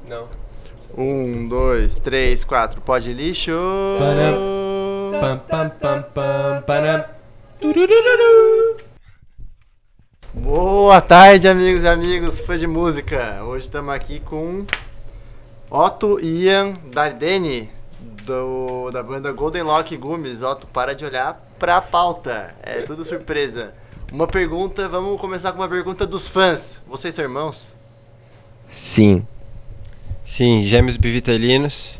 Não. 1, 2, 3, 4. Pode lixo. Pam, pam, pam, pam, param. Turururu. Boa tarde, amigos e amigos, fãs de música. Hoje estamos aqui com Otto e Ian Dardenne, da banda Golden Lock Gummies. Otto, para de olhar pra pauta, é tudo surpresa. Uma pergunta, vamos começar com uma pergunta dos fãs. Vocês são irmãos? Sim. Sim, gêmeos bivitelinos.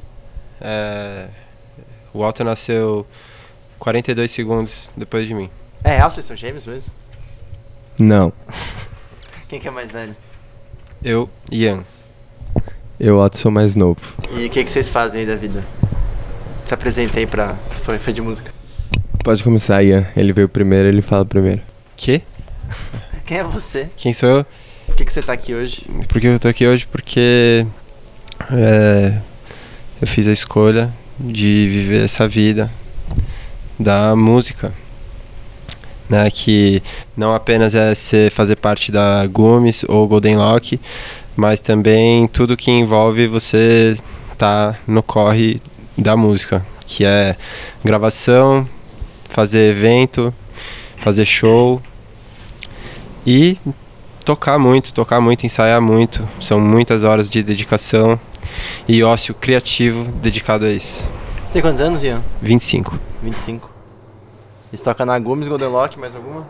O Otto nasceu 42 segundos depois de mim. É real, vocês são gêmeos mesmo? Não. Quem que é mais velho? Eu, Ian. Eu, Otto, sou mais novo. E o que vocês fazem aí da vida? Se apresentei pra fã de música. Pode começar, Ian. Ele veio primeiro, ele fala primeiro. Quê? Quem é você? Quem sou eu? Por que você tá aqui hoje? Por que eu tô aqui hoje? Porque eu fiz a escolha de viver essa vida da música, né? Que não apenas fazer parte da Gummies ou Golden Lock, mas também tudo que envolve você tá no corre da música, que é gravação, fazer evento, fazer show e tocar muito, ensaiar muito. São muitas horas de dedicação e ócio criativo dedicado a isso. Você tem quantos anos, Ian? 25. 25. E você toca na Gummies, Golden Lock, mais alguma?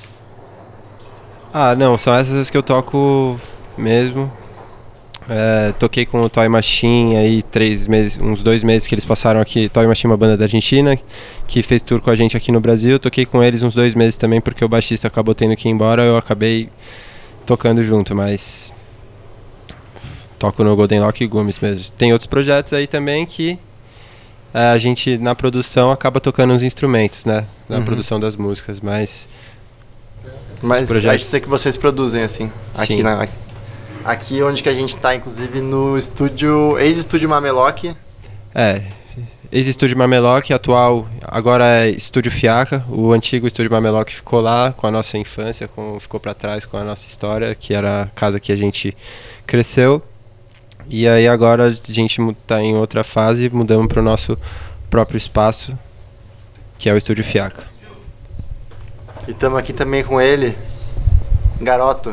Ah, não, são essas que eu toco mesmo. Toquei com o Toy Machine aí 3 meses, uns 2 meses que eles passaram aqui. Toy Machine, uma banda da Argentina, que fez tour com a gente aqui no Brasil. Toquei com eles uns 2 meses também, porque o baixista acabou tendo que ir embora, eu acabei tocando junto, mas toco no Golden Lock e Gummies mesmo. Tem outros projetos aí também que a gente, na produção, acaba tocando uns instrumentos, né? Na produção das músicas, mas projetos... acho que vocês produzem, assim. Sim. Aqui onde que a gente tá, inclusive, no estúdio... Ex-estúdio Mamelock. Ex-estúdio Mamelock, atual, agora é Estúdio Fiaca. O antigo estúdio Mamelock ficou lá com a nossa infância, ficou pra trás com a nossa história, que era a casa que a gente cresceu. E aí agora a gente tá em outra fase, mudamos pro nosso próprio espaço, que é o Estúdio Fiaca. E estamos aqui também com ele, Garoto.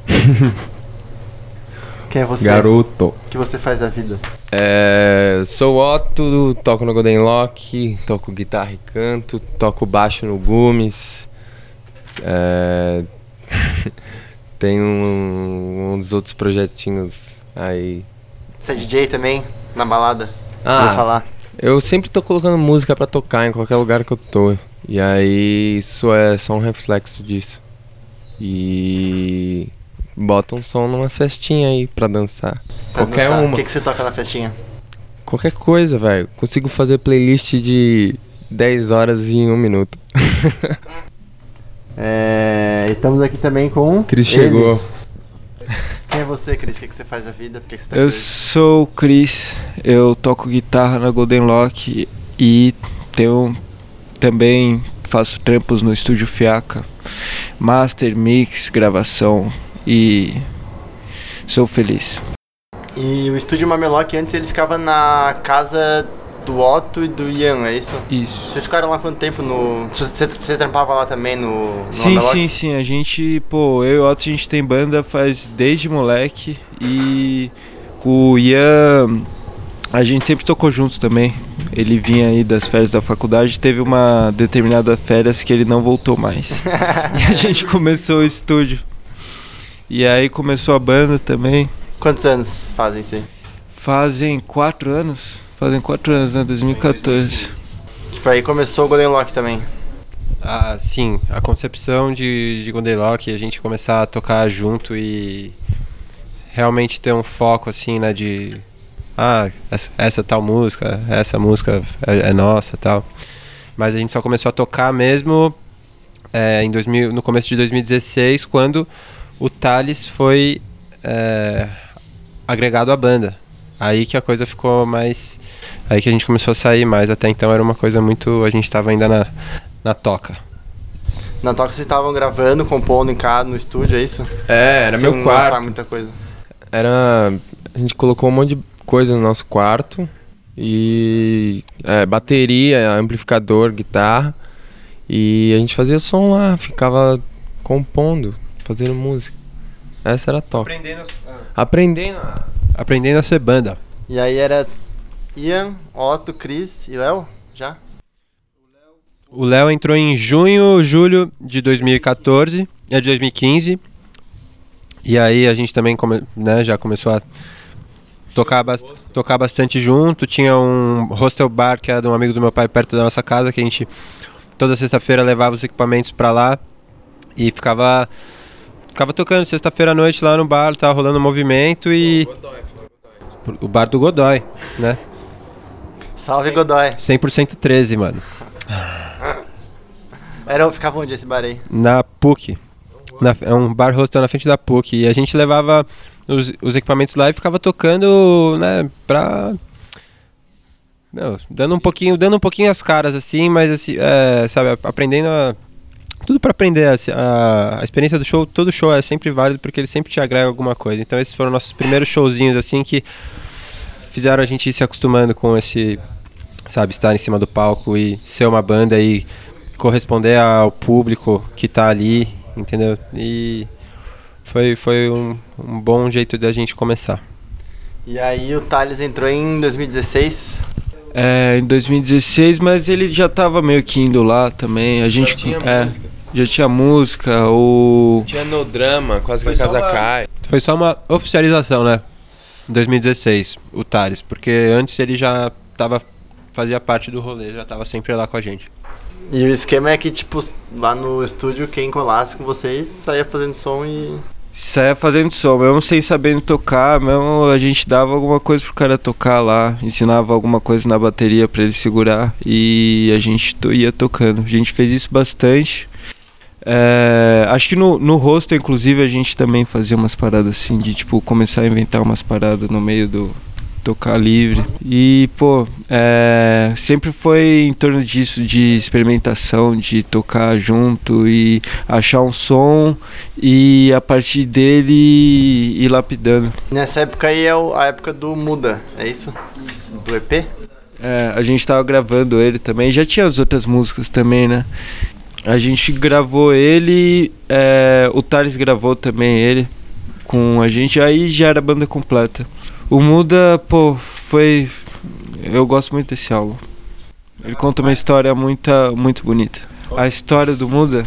Quem é você? Garoto. O que você faz da vida? Sou Otto, toco no Golden Lock, toco guitarra e canto, toco baixo no Gummies. Tenho uns outros projetinhos aí. Você é DJ também? Na balada? Ah, Vou falar. Eu sempre tô colocando música pra tocar em qualquer lugar que eu tô. E aí isso é só um reflexo disso. E bota um som numa cestinha aí pra dançar. Qualquer uma. O que você toca na festinha? Qualquer coisa, velho. Consigo fazer playlist de 10 horas em 1 minuto. Estamos aqui também com Cris ele. chegou. Quem é você, Cris? O que você faz da vida? Por que você tá Eu aqui hoje? sou o Cris, eu toco guitarra na Golden Lock e também faço trampos no Estúdio Fiaca, master, mix, gravação e sou feliz. E o estúdio Mamelock antes ele ficava na casa do Otto e do Ian, é isso? Isso. Vocês ficaram lá quanto tempo no... Você trampava lá também no Sim, Mamelock? sim, a gente, eu e o Otto, a gente tem banda faz desde moleque e com o Ian a gente sempre tocou juntos também. Ele vinha aí das férias da faculdade, teve uma determinada férias que ele não voltou mais. E a gente começou o estúdio. E aí começou a banda também. Quantos anos fazem isso aí? Fazem 4 anos, né? 2014. Que foi aí que começou o Golden Lock também. Ah, sim, a concepção de Golden Lock, a gente começar a tocar junto e realmente ter um foco assim, né, de essa tal música, essa música é nossa, tal. Mas a gente só começou a tocar mesmo no começo de 2016, quando o Thales foi agregado à banda. Aí que a coisa ficou mais... Aí que a gente começou a sair mais. Até então era uma coisa muito... A gente tava ainda na toca. Na toca vocês estavam gravando, compondo em casa, no estúdio, é isso? Era Sem meu lançar quarto. muita coisa. a gente colocou um monte de coisa no nosso quarto. E bateria, amplificador, guitarra. E a gente fazia som lá, ficava compondo, fazendo música. Essa era top. Aprendendo a ser banda. E aí era Ian, Otto, Cris e Léo? Já? O Léo entrou em junho, julho de 2014, de 2015. E aí a gente também já começou a tocar bastante junto. Tinha um hostel bar que era de um amigo do meu pai perto da nossa casa, que a gente toda sexta-feira levava os equipamentos pra lá e ficava tocando sexta-feira à noite lá no bar, tava rolando um movimento e... O bar do Godoy, né? Salve, Godoy. 100% 13, mano. Ficava onde esse bar aí? Na PUC. É um bar hostel na frente da PUC. E a gente levava os equipamentos lá e ficava tocando, né, dando um pouquinho as caras, assim, mas assim, sabe, aprendendo tudo pra aprender. A experiência do show, todo show é sempre válido porque ele sempre te agrega alguma coisa. Então esses foram nossos primeiros showzinhos, assim, que fizeram a gente ir se acostumando com esse, sabe, estar em cima do palco e ser uma banda e corresponder ao público que tá ali, entendeu? E foi um bom jeito da gente começar. E aí o Thales entrou em 2016? Em 2016, mas ele já tava meio que indo lá também. A gente já tinha música, tinha no drama, quase que a casa cai. Foi só uma oficialização, né? Em 2016, o Thales, porque antes ele já fazia parte do rolê, já tava sempre lá com a gente. E o esquema é que, tipo, lá no estúdio, quem colasse com vocês saía fazendo som e... Saia fazendo som, mesmo sem sabendo tocar, mesmo a gente dava alguma coisa pro cara tocar lá, ensinava alguma coisa na bateria pra ele segurar e a gente ia tocando. A gente fez isso bastante. Acho que no hostel, inclusive, a gente também fazia umas paradas assim, de tipo, começar a inventar umas paradas no meio do tocar livre. E, sempre foi em torno disso, de experimentação, de tocar junto e achar um som e a partir dele ir lapidando. Nessa época aí é a época do Muda, é isso? Do EP? A gente tava gravando ele também, já tinha as outras músicas também, né? A gente gravou ele, o Thales gravou também ele com a gente, aí já era a banda completa. O Muda, eu gosto muito desse álbum. Ele conta uma história muito bonita. A história do Muda,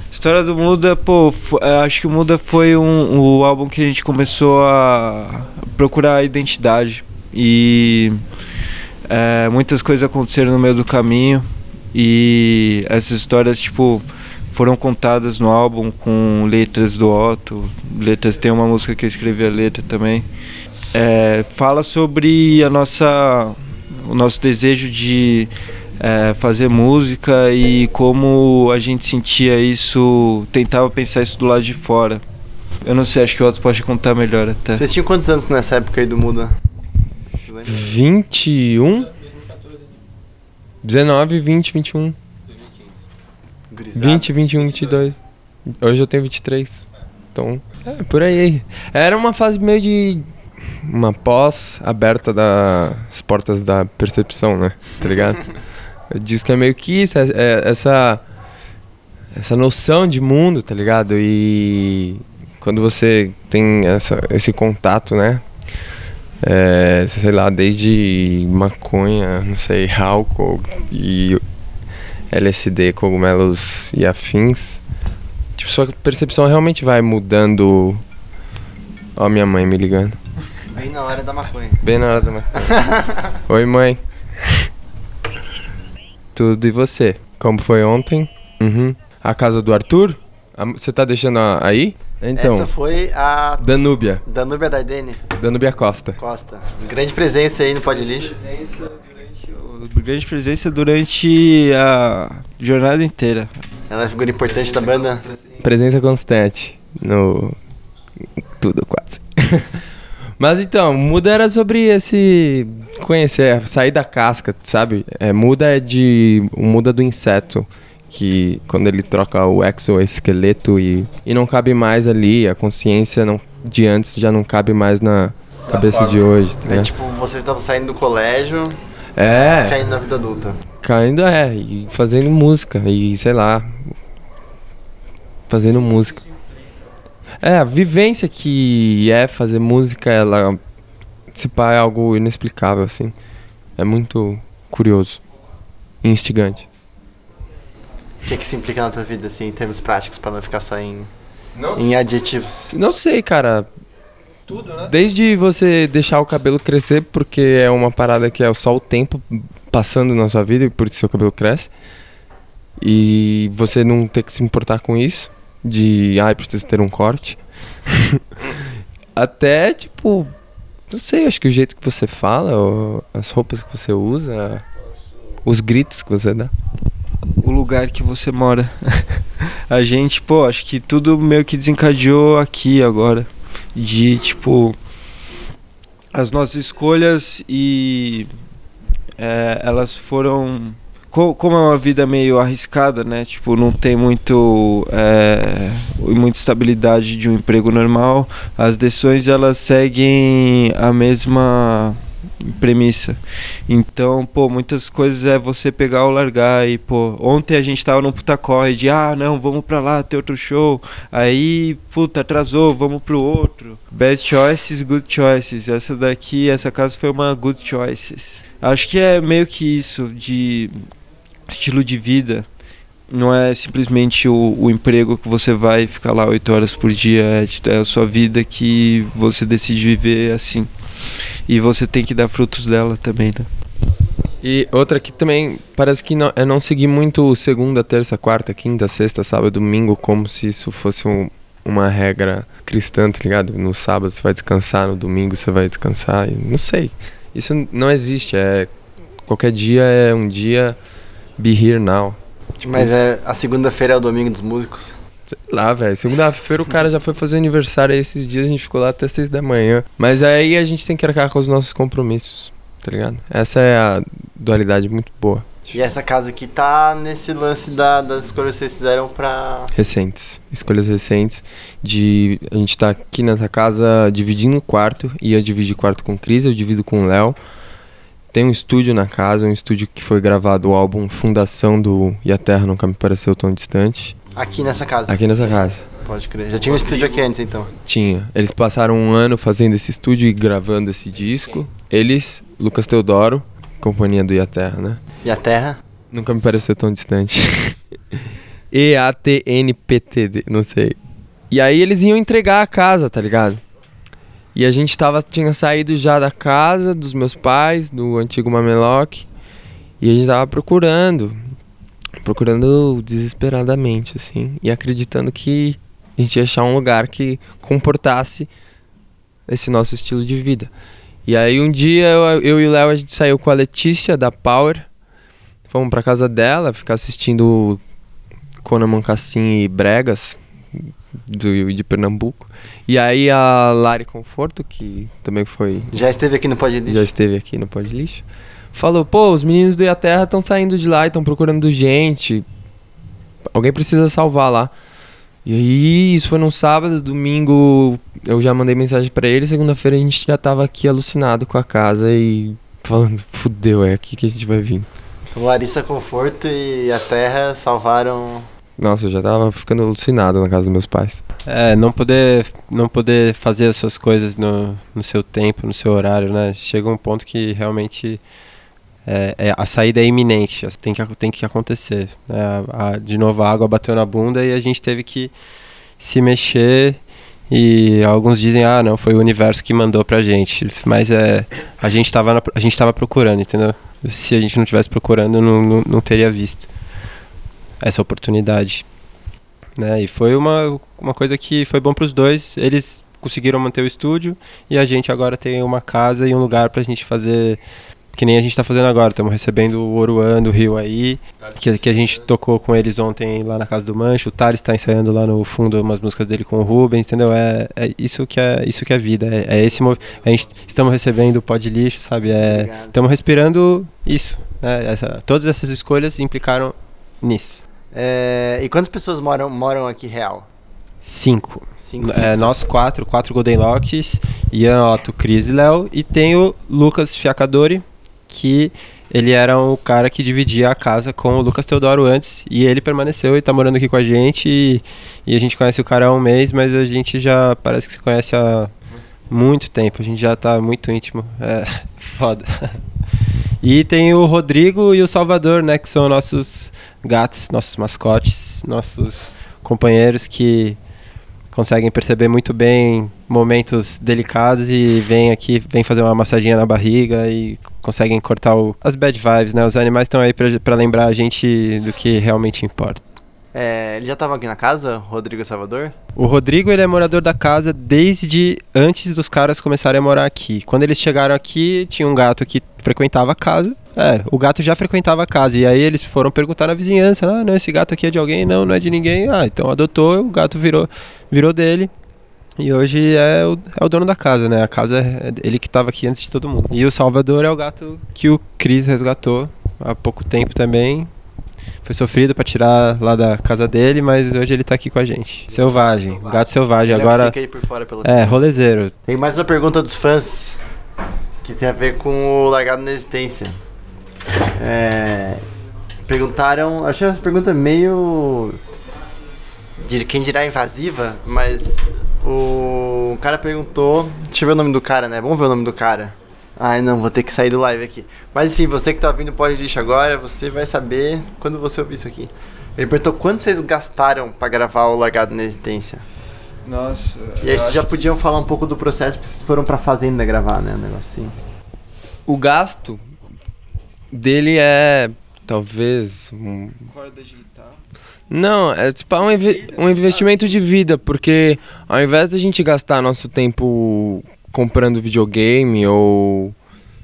acho que o Muda foi o álbum que a gente começou a procurar a identidade. E muitas coisas aconteceram no meio do caminho. E essas histórias, tipo, foram contadas no álbum com letras do Otto. Tem uma música que eu escrevi a letra também. Fala sobre o nosso desejo de fazer música e como a gente sentia isso, tentava pensar isso do lado de fora. Eu não sei, acho que o Otto pode contar melhor até. Vocês tinham quantos anos nessa época aí do Muda? 21? 19, 20, 21. Grisado. 20, 21, 22. Hoje eu tenho 23. Então, por aí. Era uma fase meio de... uma pós aberta das portas da percepção, né? Tá ligado? Eu disse que é meio que isso, essa noção de mundo, tá ligado? E quando você tem esse contato, né? Sei lá, desde maconha, não sei, álcool e LSD, cogumelos e afins, tipo, sua percepção realmente vai mudando. Ó, minha mãe me ligando. Bem na hora da maconha. Bem na hora da maconha. Oi, mãe. Tudo, e você? Como foi ontem? A casa do Arthur? Você tá deixando aí? Então, essa foi a... Danúbia Dardenne. Danúbia Costa. Grande presença aí no Pod Lixo. Grande presença durante a jornada inteira. Ela é figura importante da banda. Presença constante no... tudo quase. Mas então, Muda era sobre esse... conhecer, sair da casca, sabe? Muda o Muda do inseto. Que quando ele troca o exoesqueleto e não cabe mais ali, a consciência de antes já não cabe mais cabeça de hoje, tá É ligado? tipo, vocês estavam saindo do colégio, É, caindo na vida adulta. caindo e fazendo música, e sei lá, fazendo música. A vivência que é fazer música, ela, se pá, é algo inexplicável, assim. É muito curioso e instigante. O que se implica na tua vida, assim, em termos práticos, pra não ficar só em adjetivos? Não sei, cara. Tudo, né? Desde você deixar o cabelo crescer, porque é uma parada que é só o tempo passando na sua vida e por isso seu cabelo cresce. E você não ter que se importar com isso. De, preciso ter um corte. Até, tipo, não sei, acho que o jeito que você fala, ou as roupas que você usa, os gritos que você dá. O lugar que você mora. A gente, acho que tudo meio que desencadeou aqui agora. De, tipo, as nossas escolhas e elas foram... Como é uma vida meio arriscada, né? Tipo, não tem muita estabilidade de um emprego normal. As decisões, elas seguem a mesma premissa. Então, muitas coisas é você pegar ou largar. E, ontem a gente tava num puta corre de, não, vamos pra lá, ter outro show. Aí, atrasou, vamos pro outro. Bad choices, good choices. Essa casa foi uma good choices. Acho que é meio que isso, de estilo de vida. Não é simplesmente o emprego que você vai ficar lá 8 horas por dia. É a sua vida que você decide viver assim. E você tem que dar frutos dela também, né? E outra que também parece que não seguir muito segunda, terça, quarta, quinta, sexta, sábado, domingo, como se isso fosse uma regra cristã, tá ligado? No sábado você vai descansar, no domingo você vai descansar. Não sei. Isso não existe. Qualquer dia é um dia be here now. Tipo, mas a segunda-feira é o domingo dos músicos? Sei lá, velho. Segunda-feira o cara já foi fazer aniversário, aí esses dias a gente ficou lá até 6 da manhã. Mas aí a gente tem que arcar com os nossos compromissos, tá ligado? Essa é a dualidade muito boa. E essa casa aqui tá nesse lance das escolhas que vocês fizeram pra... Escolhas recentes. A gente tá aqui nessa casa dividindo o quarto. Ia dividir quarto com o Cris, eu divido com o Léo. Tem um estúdio na casa, um estúdio que foi gravado o álbum Fundação do E a Terra Nunca Me Pareceu Tão Distante. Aqui nessa casa? Aqui nessa casa. Pode crer. Já tinha um estúdio aqui antes, então? Tinha. Eles passaram um ano fazendo esse estúdio e gravando esse disco. Eles, Lucas Teodoro, companhia do E a Terra, né? E a Terra? Nunca me pareceu tão distante. EATNPTD, não sei. E aí eles iam entregar a casa, tá ligado? E a gente tinha saído já da casa dos meus pais, do antigo Mamelock. E a gente tava procurando desesperadamente, assim. E acreditando que a gente ia achar um lugar que comportasse esse nosso estilo de vida. E aí um dia eu e o Léo, a gente saiu com a Letícia da Power. Fomos pra casa dela, ficar assistindo Conan Moncassin e Bregas de Pernambuco. E aí a Lari Conforto, que também foi... Já esteve aqui no Pod Lixo? Já esteve aqui no Pod Lixo. Falou, os meninos do E a Terra estão saindo de lá e estão procurando gente. Alguém precisa salvar lá. E aí, isso foi num sábado, domingo eu já mandei mensagem pra ele. Segunda-feira a gente já tava aqui alucinado com a casa e falando, fudeu, é aqui que a gente vai vir. Então, Larissa Conforto e a Terra salvaram... Nossa, eu já tava ficando alucinado na casa dos meus pais. Não poder fazer as suas coisas no seu tempo, no seu horário, né? Chega um ponto que realmente a saída é iminente, tem que acontecer, né? De novo a água bateu na bunda e a gente teve que se mexer. E alguns dizem, não, foi o universo que mandou pra gente. Mas a gente tava procurando, entendeu? Se a gente não tivesse procurando, não teria visto essa oportunidade, né? E foi uma coisa que foi bom pros dois. Eles conseguiram manter o estúdio e a gente agora tem uma casa e um lugar pra gente fazer, que nem a gente tá fazendo agora. Estamos recebendo o Oruan do Rio aí, que a gente tocou com eles ontem lá na casa do Mancho. O Thales tá ensaiando lá no fundo umas músicas dele com o Rubens, entendeu? Isso que é vida. A gente estamos recebendo o Pod Lixo, sabe? Estamos respirando isso, né? Todas essas escolhas implicaram nisso. E quantas pessoas moram aqui real? 5. Cinco fixos. Nós quatro Golden Locks, Ian, Otto, Cris e Léo. E tem o Lucas Fiacadori, que ele era o cara que dividia a casa com o Lucas Teodoro antes. E ele permaneceu e tá morando aqui com a gente. E a gente conhece o cara há um mês, mas a gente já parece que se conhece há muito tempo. A gente já tá muito íntimo. É foda. E tem o Rodrigo e o Salvador, né? Que são nossos gatos, nossos mascotes, nossos companheiros que conseguem perceber muito bem momentos delicados e vem fazer uma massaginha na barriga e conseguem cortar as bad vibes, né? Os animais estão aí pra lembrar a gente do que realmente importa. Ele já tava aqui na casa, Rodrigo e Salvador? O Rodrigo, ele é morador da casa desde antes dos caras começarem a morar aqui. Quando eles chegaram aqui, tinha um gato que frequentava a casa. O gato já frequentava a casa. E aí eles foram perguntar na vizinhança. Ah, não, esse gato aqui é de alguém? Não, não é de ninguém. Ah, então adotou, o gato virou dele. E hoje é o dono da casa, né? A casa é ele que estava aqui antes de todo mundo. E o Salvador é o gato que o Cris resgatou há pouco tempo também. Foi sofrido pra tirar lá da casa dele, mas hoje ele tá aqui com a gente. Selvagem, gato selvagem. Agora fica aí por fora pelo rolezeiro. Tem mais uma pergunta dos fãs, que tem a ver com o Largado na Existência. Perguntaram, achei essa pergunta meio, quem dirá invasiva, mas o cara perguntou, deixa eu ver o nome do cara, né? Vamos ver o nome do cara. Ai não, vou ter que sair do live aqui. Mas enfim, você que tá ouvindo o podcast agora, você vai saber quando você ouvir isso aqui. Ele perguntou quanto vocês gastaram pra gravar o Largado na Existência. Nossa. E aí vocês já podiam falar um pouco do processo, porque vocês foram pra fazenda gravar, né? Um negocinho. O gasto dele é talvez Corda de guitarra. Não, é tipo um investimento de vida, porque ao invés da gente gastar nosso tempo comprando videogame ou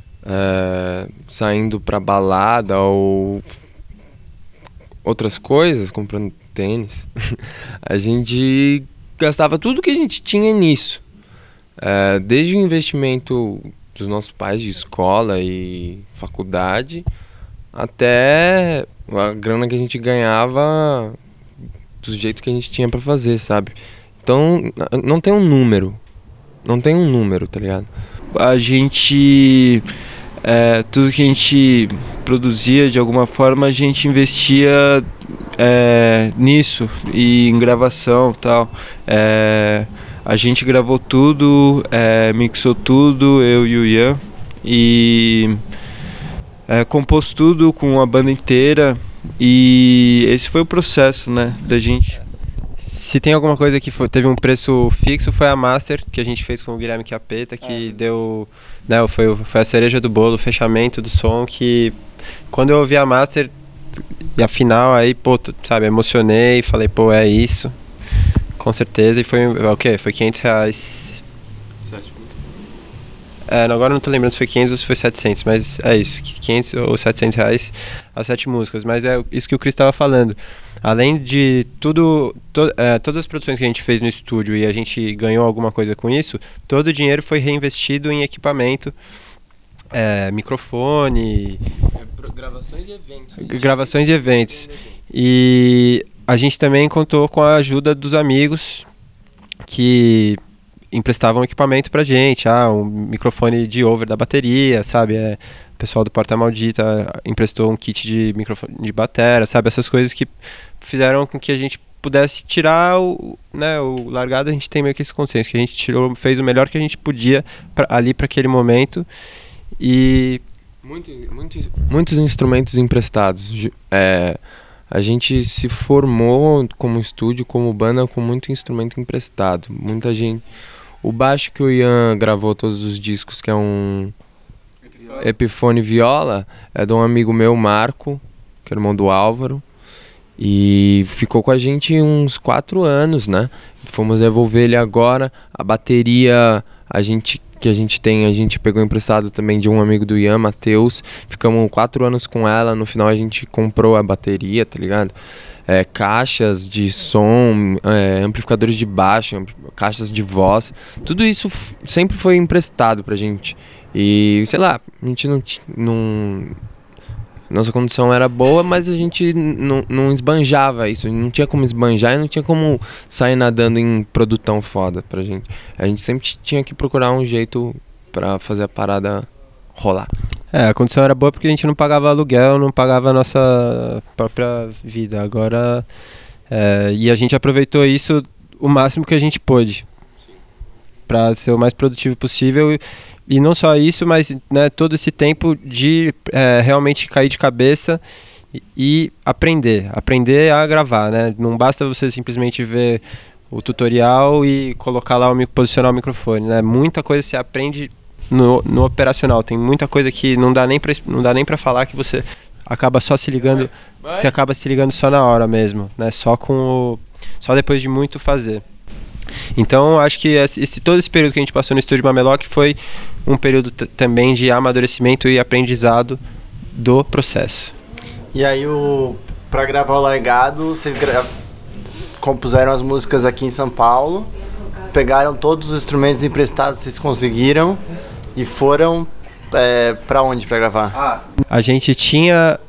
saindo pra balada ou outras coisas, comprando tênis, a gente gastava tudo que a gente tinha nisso. Desde o investimento dos nossos pais de escola e faculdade até a grana que a gente ganhava do jeito que a gente tinha pra fazer, sabe? Então, não tem um número, tá ligado? A gente, tudo que a gente produzia, de alguma forma, a gente investia nisso, e em gravação e tal. A gente gravou tudo, mixou tudo, eu e o Ian, e compôs tudo com a banda inteira, e esse foi o processo, né, da gente. Se tem alguma coisa que teve um preço fixo, foi a Master, que a gente fez com o Guilherme Chiappetta, que deu, né, foi a cereja do bolo, o fechamento do som, que quando eu ouvi a Master e a final, aí, pô, sabe, emocionei, falei, pô, é isso, com certeza, e foi o quê? Foi R$500. Agora não tô lembrando se foi 500 ou se foi 700, mas é isso, 500 ou R$700 as 7 músicas, mas é isso que o Cris estava falando. Além de todas as produções que a gente fez no estúdio e a gente ganhou alguma coisa com isso, todo o dinheiro foi reinvestido em equipamento, microfone, gravações e eventos. E a gente também contou com a ajuda dos amigos que emprestavam equipamento pra gente, um microfone de over da bateria, sabe? O pessoal do Porta Maldita emprestou um kit de microfone de batera, sabe? Essas coisas que fizeram com que a gente pudesse tirar o Largado. A gente tem meio que esse consenso, que a gente fez o melhor que a gente podia ali para aquele momento. E muitos instrumentos emprestados. A gente se formou como estúdio, como banda, com muito instrumento emprestado. Muita gente. O baixo que o Ian gravou todos os discos, que é um Epiphone Viola, é de um amigo meu, Marco, que é irmão do Álvaro. E ficou com a gente uns 4 anos, né? Fomos devolver ele agora. A bateria a gente pegou emprestado também de um amigo do Ian, Matheus. Ficamos 4 anos com ela. No final a gente comprou a bateria, tá ligado? Caixas de som, amplificadores de baixo, caixas de voz. Tudo isso sempre foi emprestado pra gente. E, sei lá, a gente não Nossa condição era boa, mas a gente não esbanjava isso. Não tinha como esbanjar e não tinha como sair nadando em produtão foda pra gente. A gente sempre tinha que procurar um jeito pra fazer a parada rolar. A condição era boa porque a gente não pagava aluguel, não pagava a nossa própria vida. Agora, e a gente aproveitou isso o máximo que a gente pôde para ser o mais produtivo possível. E não só isso, mas, né, todo esse tempo de realmente cair de cabeça e aprender a gravar, né? Não basta você simplesmente ver o tutorial e colocar lá, posicionar o microfone, né? Muita coisa você aprende no operacional. Tem muita coisa que não dá nem para falar, que você acaba só se ligando, você acaba se ligando só na hora mesmo, né? Só depois de muito fazer. Então, acho que todo esse período que a gente passou no estúdio Mamelock foi um período também de amadurecimento e aprendizado do processo. E aí, pra gravar o Largado, vocês compuseram as músicas aqui em São Paulo, pegaram todos os instrumentos emprestados que vocês conseguiram e foram pra onde pra gravar? A gente tinha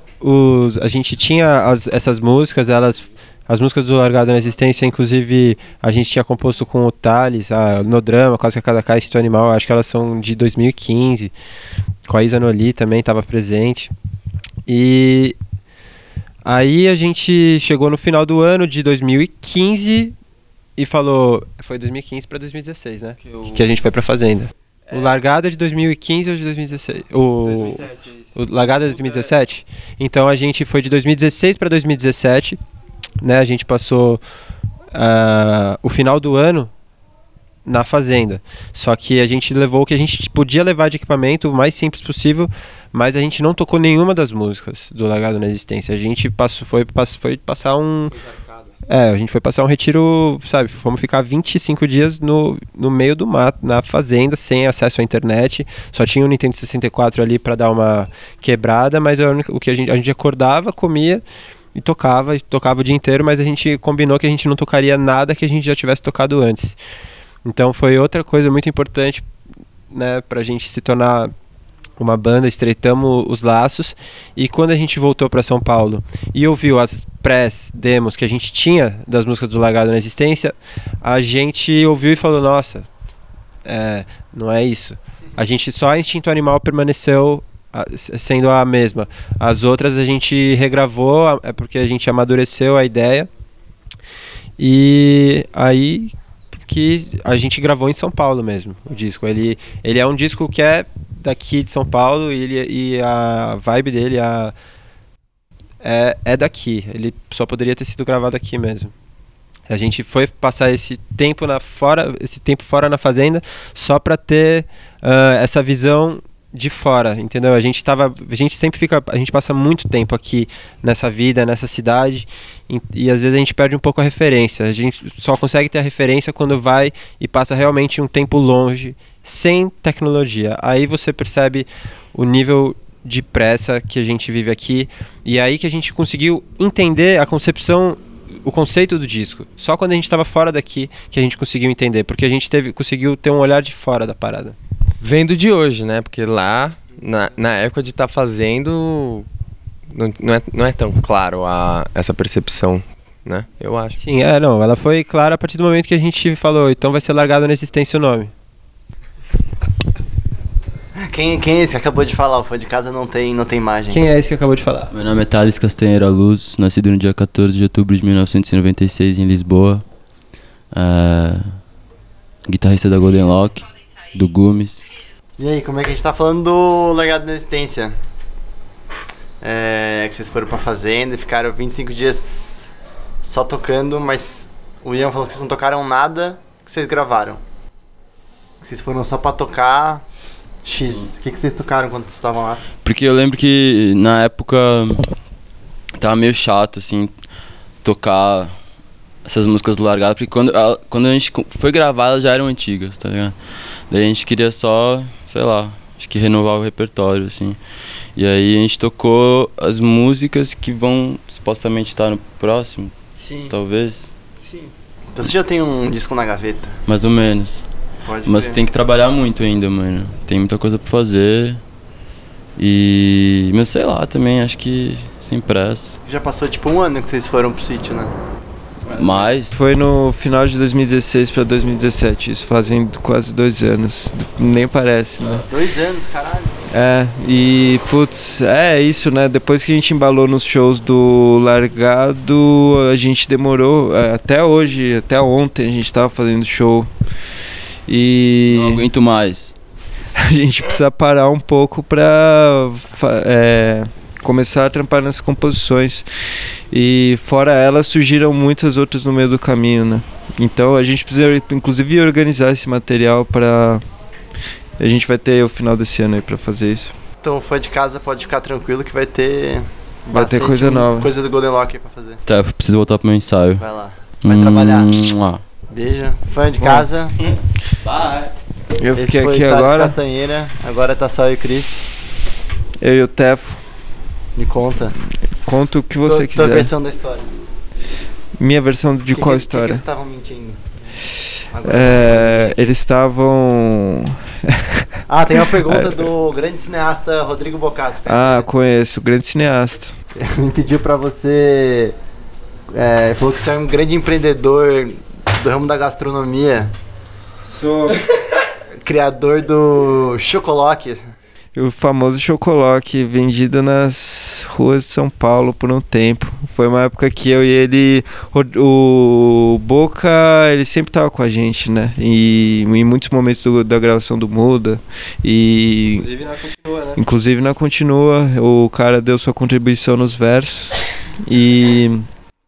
essas músicas, as músicas do Largado na Existência, inclusive, a gente tinha composto com o Thales, No Drama, Quase que a Cada Caixa do Animal, acho que elas são de 2015, com a Isa Noli também estava presente. E aí a gente chegou no final do ano de 2015 e falou, foi 2015 para 2016, né? Que a gente foi pra Fazenda. O Largado é de 2015 ou de 2016? 2017. O Largado é de 2017? Então a gente foi de 2016 para 2017, né? A gente passou o final do ano na Fazenda. Só que a gente levou o que a gente podia levar de equipamento o mais simples possível, mas a gente não tocou nenhuma das músicas do Largado na Existência. A gente foi passar a gente foi passar um retiro, sabe? Fomos ficar 25 dias no meio do mato, na fazenda, sem acesso à internet. Só tinha o Nintendo 64 ali para dar uma quebrada, mas o que a gente acordava, comia e tocava o dia inteiro, mas a gente combinou que a gente não tocaria nada que a gente já tivesse tocado antes. Então foi outra coisa muito importante, né, pra gente se tornar uma banda. Estreitamos os laços, e quando a gente voltou para São Paulo e ouviu as pré-demos que a gente tinha das músicas do Largado na Existência, a gente ouviu e falou, nossa, não é isso. A gente só Instinto Animal permaneceu sendo a mesma. As outras a gente regravou, porque a gente amadureceu a ideia, e aí que a gente gravou em São Paulo mesmo o disco. Ele é um disco que é daqui de São Paulo, e a vibe dele é daqui. Ele só poderia ter sido gravado aqui mesmo. A gente foi passar esse tempo fora na Fazenda só para ter essa visão de fora, entendeu? A gente passa muito tempo aqui nessa vida, nessa cidade, e às vezes a gente perde um pouco a referência. A gente só consegue ter a referência quando vai e passa realmente um tempo longe, sem tecnologia. Aí você percebe o nível de pressa que a gente vive aqui, e aí que a gente conseguiu entender o conceito do disco. Só quando a gente estava fora daqui que a gente conseguiu entender, porque a gente conseguiu ter um olhar de fora da parada. Vendo de hoje, né? Porque lá, na época de estar fazendo, não é tão claro essa percepção, né? Eu acho. Sim, não. Ela foi clara a partir do momento que a gente falou, então vai ser Largado na Existência o nome. Quem é esse que acabou de falar? O fã de casa não tem imagem. Quem é esse que acabou de falar? Meu nome é Thales Castanheira Luz, nascido no dia 14 de outubro de 1996 em Lisboa. Guitarrista da Golden Lock, do Gumes. E aí, como é que a gente tá falando do Largado na Existência? Que vocês foram pra Fazenda e ficaram 25 dias só tocando, mas o Ian falou que vocês não tocaram nada que vocês gravaram. Que vocês foram só pra tocar X. O que vocês tocaram quando vocês estavam lá? Porque eu lembro que na época tava meio chato, assim, tocar essas músicas do Largado, porque quando a gente foi gravar elas já eram antigas, tá ligado? Daí a gente queria só, sei lá, acho que renovar o repertório, assim. E aí a gente tocou as músicas que vão supostamente estar no próximo. Sim. Talvez. Sim. Então você já tem um disco na gaveta? Mais ou menos. Pode Mas crer. tem que trabalhar muito ainda, mano. Tem muita coisa pra fazer. Mas sei lá também, acho que sem pressa. Já passou tipo um ano que vocês foram pro sítio, né? Mas Foi no final de 2016 pra 2017, isso fazem quase 2 anos. Nem parece, né? 2 anos, caralho. E putz, é isso, né? Depois que a gente embalou nos shows do Largado, a gente demorou, até hoje, até ontem a gente tava fazendo show. E não aguento mais. a gente precisa parar um pouco pra começar a trampar nas composições. E fora elas surgiram muitas outras no meio do caminho, né? Então a gente precisa inclusive organizar esse material pra... A gente vai ter o final desse ano aí pra fazer isso. Então o fã de casa pode ficar tranquilo que vai ter... Vai ter bastante coisa nova. Coisa do Golden Lock aí pra fazer. Tá, eu preciso voltar pro meu ensaio. Vai lá. Vai trabalhar. Beijo. Fã de Bom. casa. Bye. Eu Esse fiquei foi aqui Thales agora, Castanheira. Agora tá só eu e o Cris. eu e o Tefo. Me conta. Conta o que você Tua quiser. versão da história. Minha versão de qual Que história? eles estavam mentindo? Agora. Eles estavam... Tem uma pergunta do grande cineasta Rodrigo Bocasco. Conheço, grande cineasta. Ele pediu pra você... falou que você é um grande empreendedor do ramo da gastronomia. Sou Criador do Chocoloque. o famoso Chocoloque, vendido nas ruas de São Paulo por um tempo. Foi uma época que eu e ele... O Boca, ele sempre tava com a gente, né? E em muitos momentos da gravação do Muda. E... Inclusive não continua, né? Inclusive não continua. O cara deu sua contribuição nos versos. E...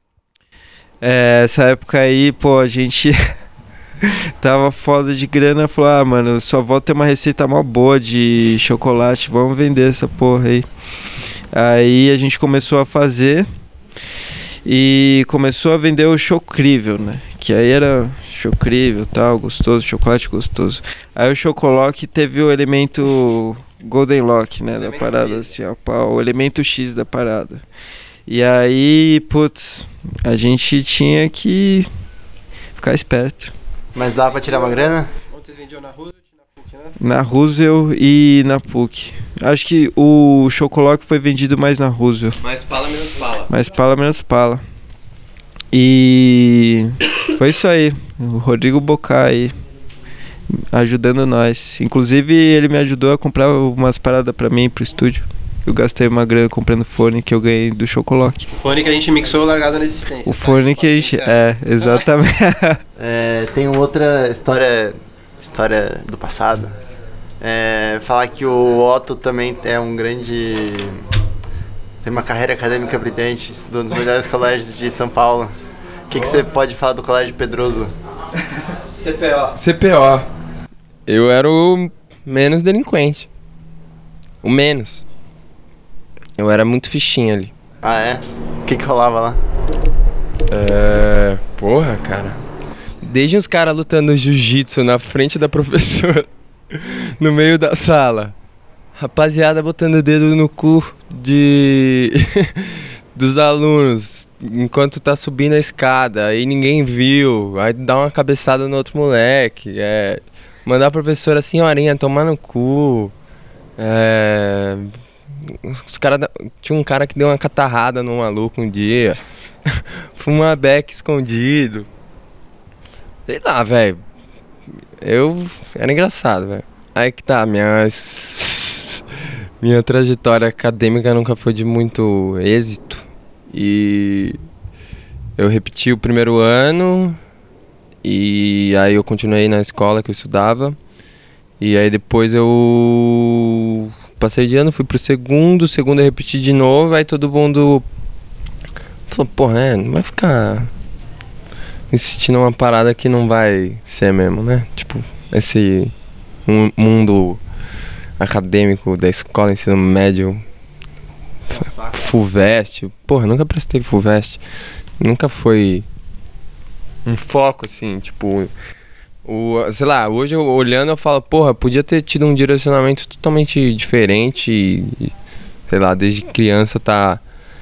essa época aí, pô, a gente... tava foda de grana, falou, mano, só vou ter uma receita mó boa de chocolate, vamos vender essa porra aí. Aí a gente começou a fazer e começou a vender o Chocrível, né? Que aí era Chocrível, tal, gostoso, chocolate gostoso. Aí o Chocoloque teve o elemento Golden Lock, né, da parada, assim, ó, o elemento X da parada. E aí, putz, a gente tinha que ficar esperto. Mas dava pra tirar uma grana? Onde vocês vendiam, na Roosevelt e na PUC, né? Na Roosevelt e na PUC. Acho que o Chocoloque foi vendido mais na Roosevelt. Mais pala, menos pala. Mais pala, menos pala. E foi isso aí. O Rodrigo Bocai ajudando nós. Inclusive ele me ajudou a comprar umas paradas pra mim pro estúdio. Eu gastei uma grana comprando fone que eu ganhei do Chocoloque. O fone que a gente mixou largado na existência. O fone que a gente... exatamente. Tem outra história do passado. Falar que o Otto também é um grande... Tem uma carreira acadêmica brilhante, estudou nos melhores colégios de São Paulo. O que você pode falar do Colégio Pedroso? CPO. Eu era o menos delinquente. O menos. Eu era muito fichinha ali. Ah, é? O que rolava lá? Porra, cara. Desde os caras lutando jiu-jitsu na frente da professora, no meio da sala. Rapaziada botando o dedo no cu dos alunos enquanto tá subindo a escada. Aí ninguém viu. Aí dá uma cabeçada no outro moleque. Mandar a professora, senhorinha, tomar no cu. Tinha um cara que deu uma catarrada no maluco um dia. Fumar beck escondido. Sei lá, velho. Era engraçado, velho. Aí que tá, minha trajetória acadêmica nunca foi de muito êxito. E eu repeti o primeiro ano. E aí eu continuei na escola que eu estudava. E aí depois eu passei de ano, fui pro segundo eu repeti de novo, aí todo mundo falou, porra, não vai ficar insistindo numa parada que não vai ser mesmo, né? Tipo, esse mundo acadêmico da escola, ensino médio, FUVEST, porra, nunca prestei FUVEST, nunca foi um foco, assim, tipo... sei lá, hoje eu olhando eu falo, porra, podia ter tido um direcionamento totalmente diferente e, sei lá, desde criança tá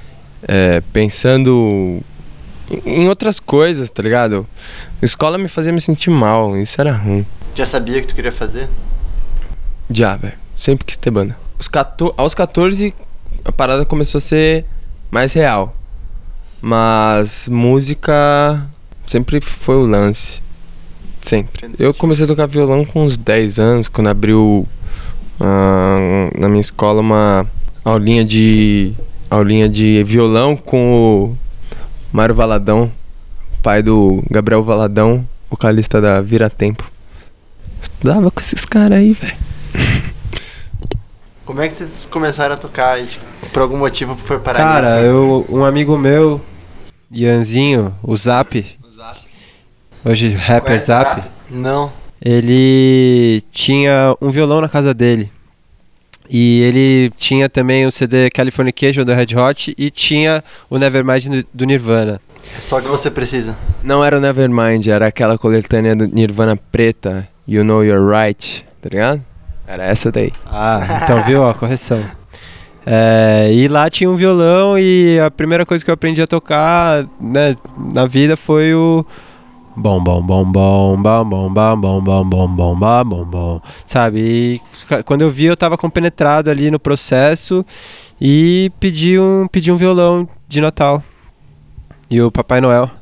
pensando em outras coisas, tá ligado? A escola me fazia me sentir mal, isso era ruim. Já sabia o que tu queria fazer? Já, velho, sempre quis ter banda. aos 14 a parada começou a ser mais real. Mas música sempre foi o lance. Sempre. Eu comecei a tocar violão com uns 10 anos, quando abriu na minha escola uma aulinha de violão com o Mário Valadão, pai do Gabriel Valadão, vocalista da Vira Tempo. Estudava com esses caras aí, velho. Como é que vocês começaram a tocar? E, tipo, por algum motivo foi parar Cara, nisso? um amigo meu, Ianzinho, o Zap, hoje rapper Conhece o Zap, Não. ele tinha um violão na casa dele. E ele tinha também o CD Californication do Red Hot e tinha o Nevermind do Nirvana. É só o que você precisa. Não era o Nevermind, era aquela coletânea do Nirvana preta, You Know You're Right, tá ligado? Era essa daí. Ah, então viu, ó, correção. E lá tinha um violão e a primeira coisa que eu aprendi a tocar, né, na vida foi o bom bom bom bom bom bom bom bom bom bom bom bom bom bom, sabe? E quando eu vi, eu tava compenetrado ali no processo e pedi um violão de Natal. E o Papai Noel,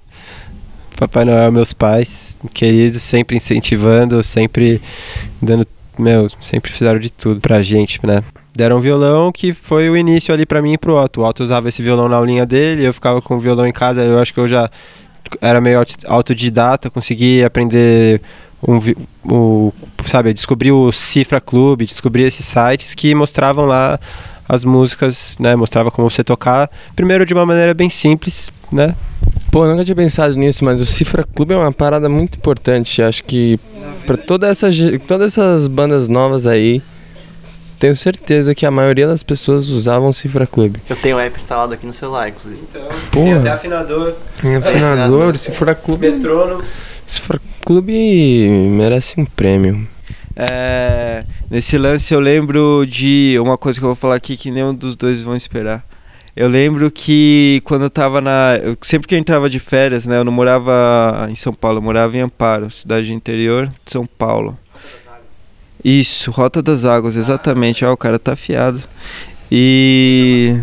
meus pais queridos, sempre incentivando, sempre dando, sempre fizeram de tudo pra gente, né? Deram um violão que foi o início ali pra mim e pro Otto. O Otto usava esse violão na aulinha dele, eu ficava com o violão em casa, eu acho que eu já era meio autodidata, consegui aprender sabe, descobri o Cifra Club, descobri esses sites que mostravam lá as músicas, né, mostrava como você tocar, primeiro de uma maneira bem simples, né? Pô, eu nunca tinha pensado nisso, mas o Cifra Club é uma parada muito importante. Acho que pra todas essas bandas novas aí, tenho certeza que a maioria das pessoas usavam o Cifra Club. Eu tenho o app instalado aqui no celular, inclusive. Então, Porra. tem até afinador, Afinador, Cifra Club. metrônomo. Cifra Club merece um prêmio. Nesse lance eu lembro de uma coisa que eu vou falar aqui que nenhum dos dois vão esperar. Eu lembro que quando eu tava sempre que eu entrava de férias, né, eu não morava em São Paulo, eu morava em Amparo, cidade interior de São Paulo. Isso, Rota das Águas, exatamente. O cara tá afiado. E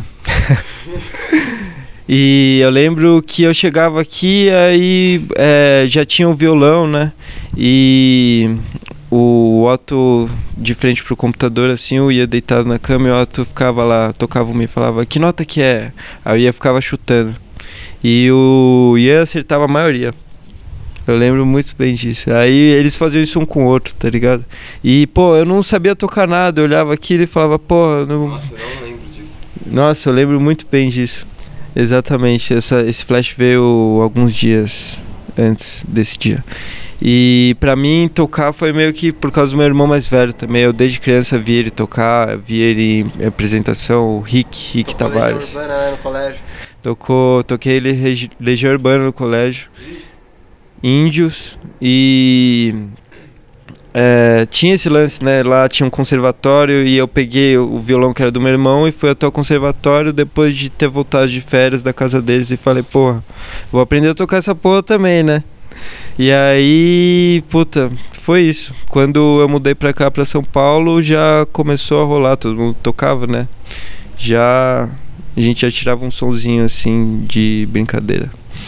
e eu lembro que eu chegava aqui, aí já tinha um violão, né? E o Otto de frente pro computador, assim, eu ia deitado na cama e o Otto ficava lá, tocava e falava, que nota que é? Aí eu ia ficava chutando. E o Ian acertava a maioria. Eu lembro muito bem disso. Aí eles faziam isso um com o outro, tá ligado? E, pô, eu não sabia tocar nada. Eu olhava aquilo e falava, pô... Nossa, eu não lembro disso. Nossa, eu lembro muito bem disso. Exatamente. Esse flash veio alguns dias antes desse dia. E pra mim, tocar foi meio que por causa do meu irmão mais velho também. Eu desde criança vi ele tocar, vi ele em apresentação, o Rick Tavares. Legião Urbana, no colégio. Toquei ele Legião Urbana no colégio. Índios e tinha esse lance, né? Lá tinha um conservatório e eu peguei o violão que era do meu irmão e fui até o conservatório depois de ter voltado de férias da casa deles e falei, porra, vou aprender a tocar essa porra também, né? E aí, puta, foi isso. Quando eu mudei pra cá, pra São Paulo, já começou a rolar, todo mundo tocava, né? A gente já tirava um sonzinho assim de brincadeira.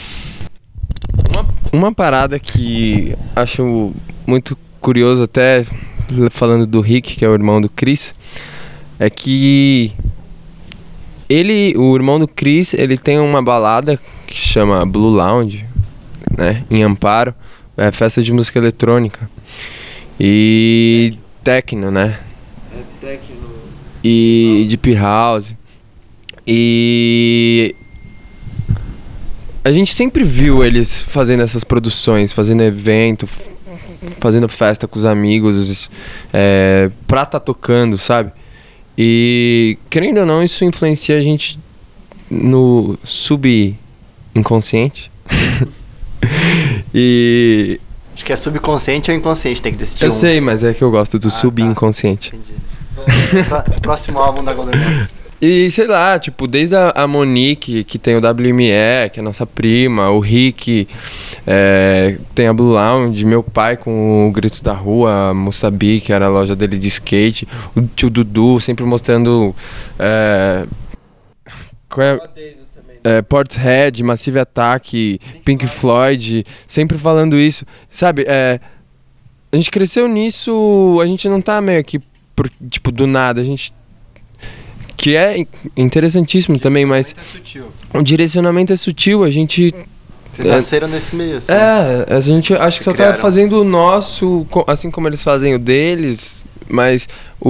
Uma parada que acho muito curioso, até falando do Rick, que é o irmão do Chris, é que o irmão do Chris, ele tem uma balada que chama Blue Lounge, né, em Amparo, é festa de música eletrônica e techno, né? É techno. E deep house. E a gente sempre viu eles fazendo essas produções, fazendo evento, fazendo festa com os amigos, pra tá tocando, sabe? E, querendo ou não, isso influencia a gente no subconsciente. E Acho que é subconsciente ou inconsciente, tem que decidir. eu sei, mas é que eu gosto do subconsciente. Entendi. Próximo álbum da Golden Boy. E sei lá, tipo, desde a Monique, que tem o WME, que é nossa prima, o Rick, tem a Blue Lounge, meu pai com o Grito da Rua, a Mustabi, que era a loja dele de skate, o tio Dudu sempre mostrando Portishead, Massive Attack, Pink Floyd, sempre falando isso, sabe? A gente cresceu nisso, a gente não tá meio que, tipo, do nada, a gente... Que é interessantíssimo também, mas o direcionamento é sutil, a gente... Vocês nasceram nesse meio, assim. A gente acho que só criaram. tá fazendo o nosso, assim como eles fazem o deles, mas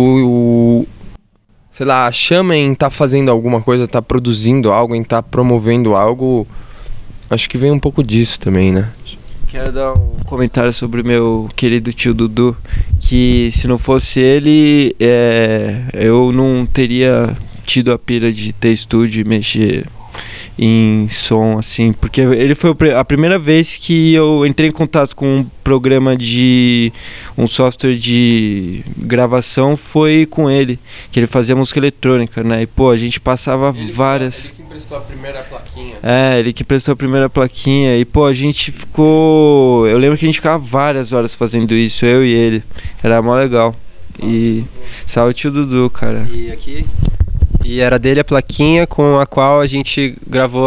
sei lá, a chama em tá fazendo alguma coisa, tá produzindo algo, em tá promovendo algo, acho que vem um pouco disso também, né? Quero dar um comentário sobre o meu querido tio Dudu, que se não fosse ele, eu não teria tido a pira de ter estúdio e mexer em som, assim, porque ele foi a primeira vez que eu entrei em contato com um programa de um software de gravação, foi com ele, que ele fazia música eletrônica, né? E pô, a gente passava várias... Ele que emprestou a primeira plaquinha. Ele que prestou a primeira plaquinha. E pô, a gente ficou... Eu lembro que a gente ficava várias horas fazendo isso, eu e ele. Era mó legal. E salve tio Dudu, cara. E aqui? E era dele a plaquinha com a qual a gente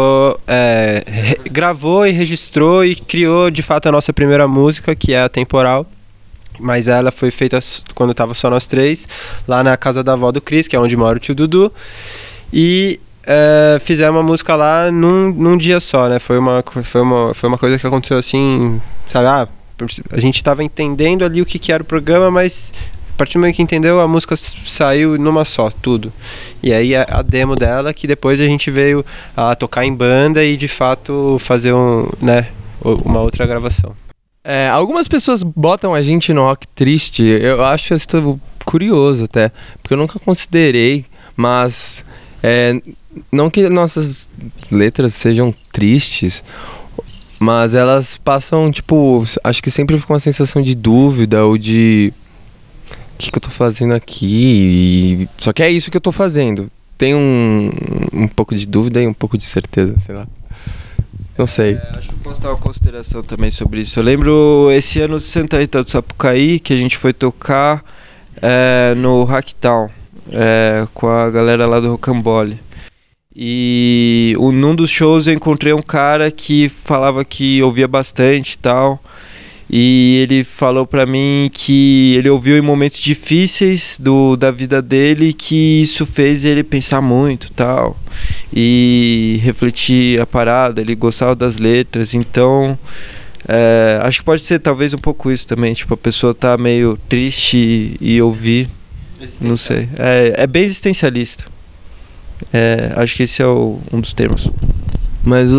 gravou e registrou e criou de fato a nossa primeira música, que é a Temporal. Mas ela foi feita quando tava só nós três, lá na casa da avó do Cris, que é onde mora o tio Dudu. E fizemos uma música lá num dia só, né? Foi uma coisa que aconteceu assim, sabe? A gente tava entendendo ali o que era o programa, mas a partir do momento que entendeu, a música saiu numa só, tudo. E aí a demo dela, que depois a gente veio a tocar em banda e de fato fazer uma outra gravação. Algumas pessoas botam a gente no rock triste, eu acho isso curioso até, porque eu nunca considerei, mas não que nossas letras sejam tristes, mas elas passam, tipo, acho que sempre fica uma sensação de dúvida ou de... O que eu tô fazendo aqui? Só que é isso que eu tô fazendo. Tem um pouco de dúvida e um pouco de certeza, sei lá. Não sei. Acho que eu posso dar uma consideração também sobre isso. Eu lembro esse ano de Santa Rita do Sapucaí, que a gente foi tocar no Hacktown, com a galera lá do Rocambole. E num dos shows eu encontrei um cara que falava que ouvia bastante e tal. E ele falou pra mim que ele ouviu em momentos difíceis da vida dele, que isso fez ele pensar muito, tal, e refletir a parada. Ele gostava das letras, então acho que pode ser talvez um pouco isso também, tipo, a pessoa tá meio triste e ouvir, não sei, é bem existencialista. Acho que esse é um dos termos. Mas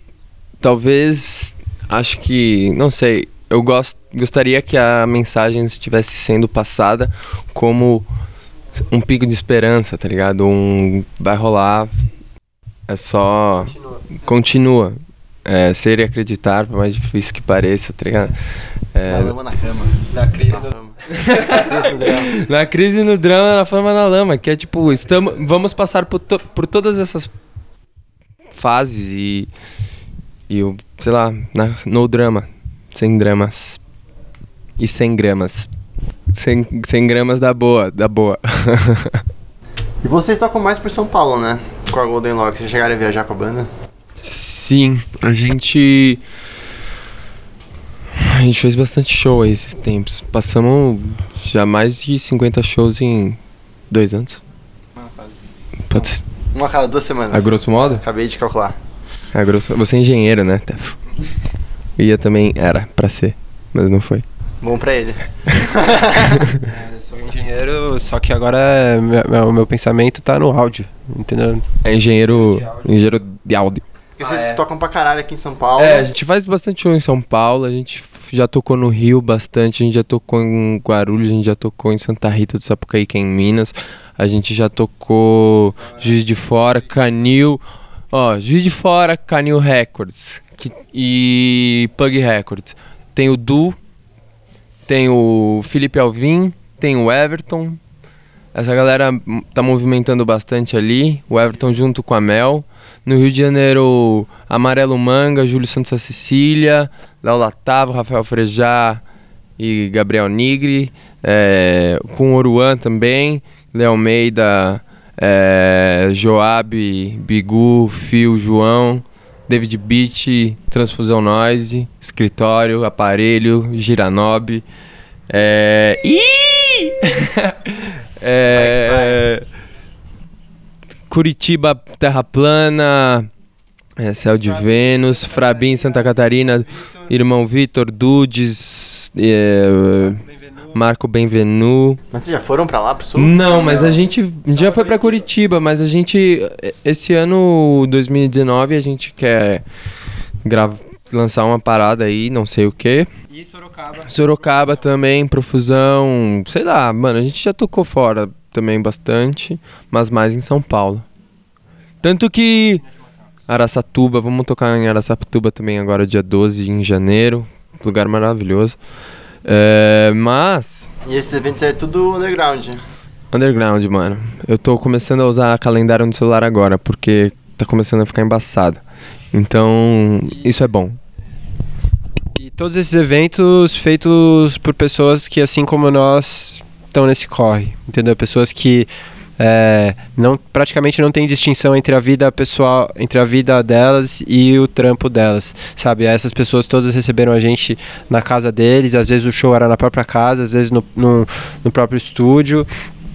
talvez, acho que, não sei, eu gostaria que a mensagem estivesse sendo passada como um pico de esperança, tá ligado? Vai rolar, é só... Continua. Ser e acreditar, por mais difícil que pareça, tá ligado? Da lama na cama. Na crise Na drama. Na crise, no drama, na fama, na lama. Que é tipo, vamos passar por todas essas fases e sei lá, no drama. Sem dramas. E 100 gramas. 100 gramas da boa. E vocês tocam mais por São Paulo, né? Com a Golden Lock. Vocês chegaram a viajar com a banda? Sim, a gente fez bastante show aí esses tempos. Passamos já mais de 50 shows em 2 anos. Pode ser. Uma a cada 2 semanas. A grosso modo? Acabei de calcular. Você é engenheiro, né, Tefo? Ia também era pra ser, mas não foi. Bom pra ele. Eu sou engenheiro, só que agora meu pensamento tá no áudio, entendeu? É engenheiro de áudio. Porque vocês tocam pra caralho aqui em São Paulo. A gente faz bastante show em São Paulo, a gente já tocou no Rio bastante, a gente já tocou em Guarulhos, a gente já tocou em Santa Rita do Sapucaí, que é em Minas, a gente já tocou Juiz de Fora, Canil, Juiz de Fora, Canil Records e Pug Records. Tem o Du, tem o Felipe Alvim, tem o Everton, Essa galera tá movimentando bastante ali. O Everton junto com a Mel. No Rio de Janeiro, Amarelo Manga, Júlio Santos Cecília, Léo Latavo, Rafael Frejá e Gabriel Nigri. Com Oruan também, Léo Almeida, Joab, Bigu, Fio, João, David Beach, Transfusão Noise, Escritório, Aparelho, Giranob. Curitiba, Terra Plana, Céu de Vênus, Frabim, Santa Catarina, Irmão Vitor, Dudes, Marco Benvenu. Mas vocês já foram pra lá, pro sul? Não, mas a gente já foi pra Curitiba, mas a gente, esse ano, 2019, a gente quer lançar uma parada aí, não sei o que. E Sorocaba? Sorocaba também, Profusão, sei lá, mano, a gente já tocou fora também bastante, mas mais em São Paulo. Tanto que Araçatuba, vamos tocar em Araçatuba também agora dia 12 em janeiro, lugar maravilhoso. Mas... E esses eventos aí é tudo underground? Underground, mano. Eu tô começando a usar calendário no celular agora, porque tá começando a ficar embaçado. Então, isso é bom. E todos esses eventos feitos por pessoas que, assim como nós, estão nesse corre, entendeu? Pessoas que praticamente não tem distinção entre a vida pessoal, entre a vida delas e o trampo delas, sabe? Essas pessoas todas receberam a gente na casa deles, às vezes o show era na própria casa, às vezes no próprio estúdio,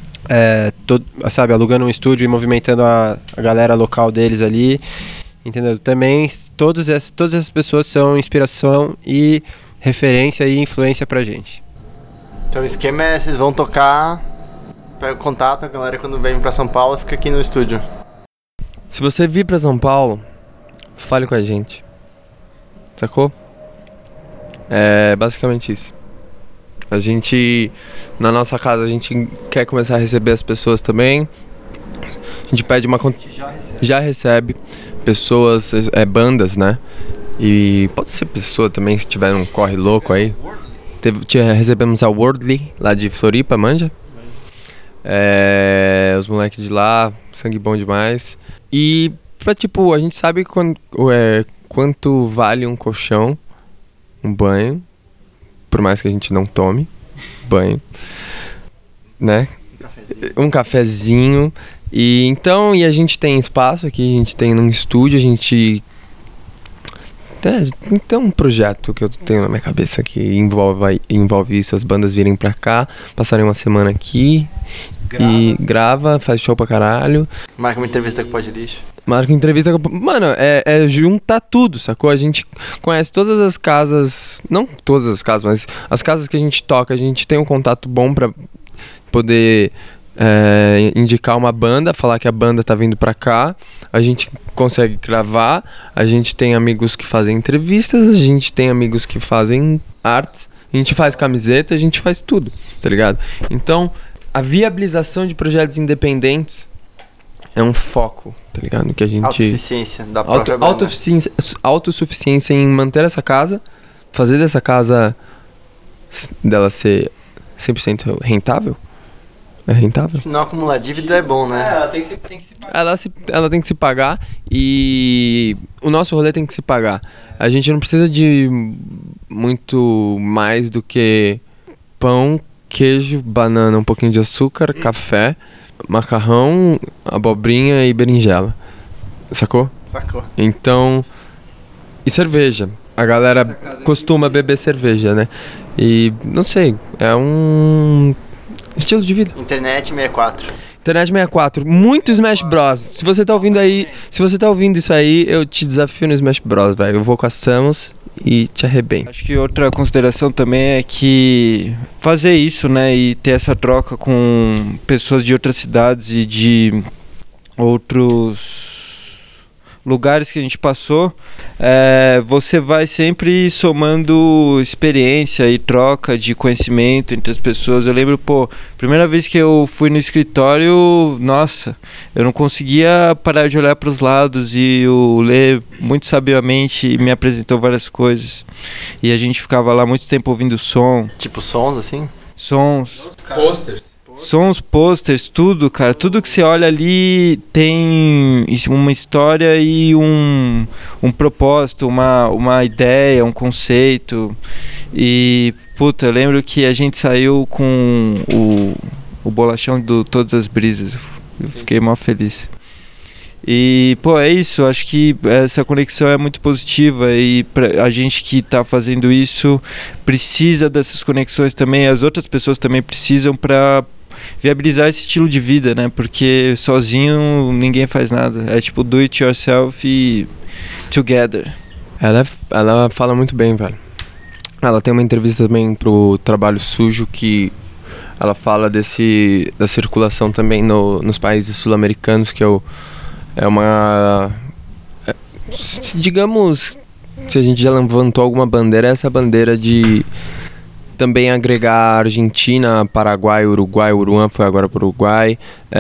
sabe? Alugando um estúdio e movimentando a galera local deles ali, entendeu? Também todas essas pessoas são inspiração e referência e influência pra gente. Então o esquema é, vocês vão tocar, pega o contato, a galera quando vem pra São Paulo fica aqui no estúdio. Se você vir pra São Paulo, fale com a gente. Sacou? É basicamente isso. A gente, na nossa casa, a gente quer começar a receber as pessoas também. A gente pede uma... Já recebe pessoas, bandas, né? E pode ser pessoa também, se tiver um corre louco aí. Recebemos a Worldly, lá de Floripa, manja? Os moleques de lá, sangue bom demais. E a gente sabe quanto vale um colchão, um banho, por mais que a gente não tome banho, né? Um cafezinho. E a gente tem espaço aqui, a gente tem um estúdio, a gente tem um projeto que eu tenho na minha cabeça que envolve isso, as bandas virem pra cá, passarem uma semana aqui e grava, faz show pra caralho. Marca uma entrevista com o Pode Lixo. Marca entrevista com... Mano, é juntar tudo, sacou? A gente conhece todas as casas, não todas as casas, mas as casas que a gente toca, a gente tem um contato bom pra poder... indicar uma banda, falar que a banda tá vindo pra cá, a gente consegue gravar, a gente tem amigos que fazem entrevistas, a gente tem amigos que fazem arte, a gente faz camiseta, a gente faz tudo, tá ligado? Então, a viabilização de projetos independentes é um foco, tá ligado? Que a gente... Autossuficiência da própria banda. Autossuficiência em manter essa casa, fazer dessa casa dela ser 100% rentável. É rentável. Não acumular dívida é bom, né? Ela tem que se pagar. Ela tem que se pagar e o nosso rolê tem que se pagar. A gente não precisa de muito mais do que pão, queijo, banana, um pouquinho de açúcar, café, macarrão, abobrinha e berinjela. Sacou? Sacou. Então... E cerveja. A galera costuma beber cerveja, né? E, não sei, é um... estilo de vida. Internet 64. Internet 64. Muito Smash Bros. Se você tá ouvindo isso aí, eu te desafio no Smash Bros, velho. Eu vou com a Samus e te arrebento. Acho que outra consideração também é que fazer isso, né, e ter essa troca com pessoas de outras cidades e de outros lugares que a gente passou, você vai sempre somando experiência e troca de conhecimento entre as pessoas. Eu lembro, primeira vez que eu fui no escritório, nossa, eu não conseguia parar de olhar para os lados e o Lê muito sabiamente me apresentou várias coisas. E a gente ficava lá muito tempo ouvindo som. Tipo sons, assim? Sons. Posters. Sons, posters, tudo, cara. Tudo que você olha ali tem uma história e um propósito, uma ideia, um conceito. E, puta, eu lembro que a gente saiu com o bolachão do Todas as Brisas. Eu fiquei mó feliz. E, pô, é isso. Acho que essa conexão é muito positiva e a gente que tá fazendo isso precisa dessas conexões também. As outras pessoas também precisam para viabilizar esse estilo de vida, né? Porque sozinho ninguém faz nada. É tipo do it yourself e together. Ela fala muito bem, velho. Ela tem uma entrevista também pro Trabalho Sujo que ela fala da circulação também nos países sul-americanos, que é uma... digamos, se a gente já levantou alguma bandeira, é essa bandeira de também agregar Argentina, Paraguai, Uruguai, Uruguai foi agora para o Uruguai,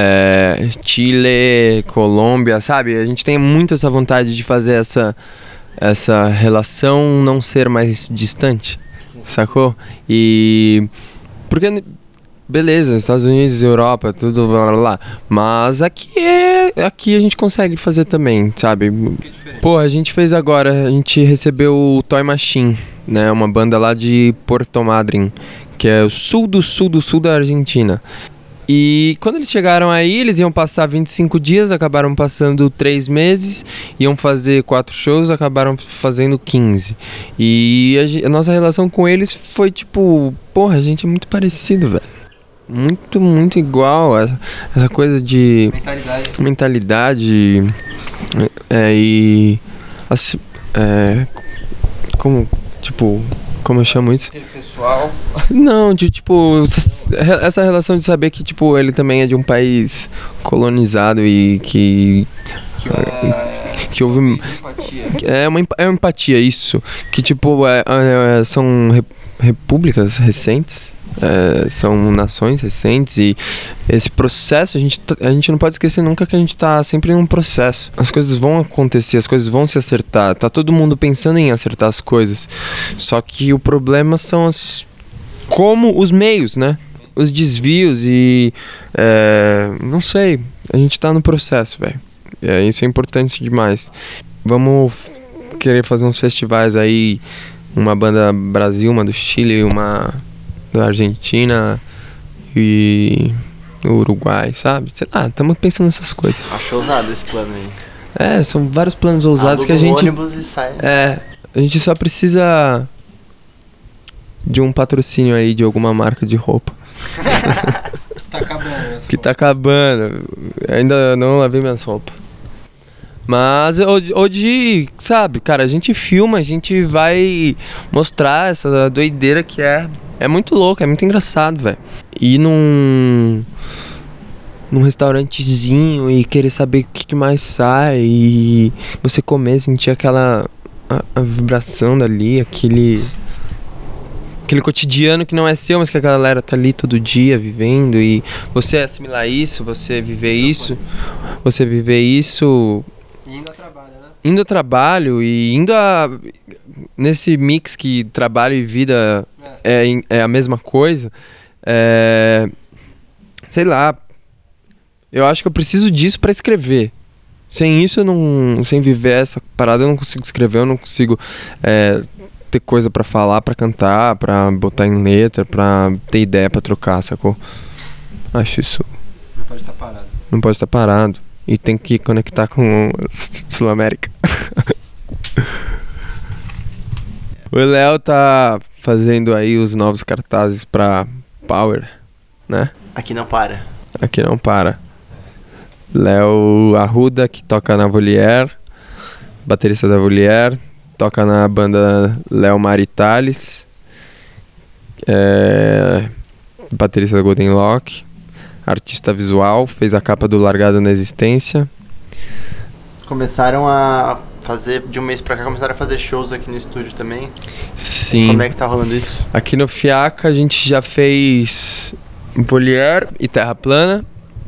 Chile, Colômbia, sabe? A gente tem muito essa vontade de fazer essa relação não ser mais distante, sacou? E... porque... beleza, Estados Unidos, Europa, tudo blá blá blá. Mas aqui a gente consegue fazer também, sabe? Pô, a gente fez agora, a gente recebeu o Toy Machine, né? Uma banda lá de Puerto Madryn, que é o sul da Argentina. E quando eles chegaram aí, eles iam passar 25 dias, acabaram passando 3 meses, iam fazer 4 shows, acabaram fazendo 15. E a nossa relação com eles foi tipo, porra, a gente é muito parecido, velho. Muito, muito igual. Essa coisa de mentalidade e como eu chamo isso? Pessoal. Não, de tipo, essa relação de saber que tipo ele também é de um país colonizado e que houve uma empatia, isso, que tipo são repúblicas recentes. São nações recentes e esse processo a gente não pode esquecer nunca que a gente tá sempre em um processo. As coisas vão acontecer, as coisas vão se acertar, tá todo mundo pensando em acertar as coisas, só que o problema são como os meios, né? Os desvios e não sei, a gente tá no processo, velho. Isso é importante demais. Vamos querer fazer uns festivais aí, uma banda Brasil, uma do Chile, uma da Argentina e do Uruguai, sabe? Sei lá, estamos pensando nessas coisas. Acho ousado esse plano aí. São vários planos ousados que a gente... ônibus e sai. A gente só precisa de um patrocínio aí de alguma marca de roupa. Tá acabando. Que tá acabando. Ainda não lavei minhas roupas. Mas hoje, sabe, cara, a gente filma, a gente vai mostrar essa doideira que é muito louco, é muito engraçado, velho. Ir num restaurantezinho e querer saber o que mais sai e você comer, sentir aquela a vibração dali, aquele cotidiano que não é seu, mas que a galera tá ali todo dia vivendo e você assimilar isso, você viver isso indo a trabalho e nesse mix que trabalho e vida é a mesma coisa, sei lá, eu acho que eu preciso disso pra escrever. Sem isso, sem viver essa parada, eu não consigo escrever, eu não consigo ter coisa pra falar, pra cantar, pra botar em letra, pra ter ideia pra trocar, sacou? Acho isso... Não pode estar parado. Não pode estar parado. E tem que conectar com Sul-América. O Léo tá fazendo aí os novos cartazes pra Power, né? Aqui não para. Aqui não para. Léo Arruda, que toca na Volière, baterista da Volière, toca na banda Léo Maritales, baterista da Golden Lock, artista visual, fez a capa do Largada na Existência. Começaram a fazer, de um mês pra cá, começaram a fazer shows aqui no estúdio também. Sim. Como é que tá rolando isso? Aqui no FIACA a gente já fez Volière e Terra Plana.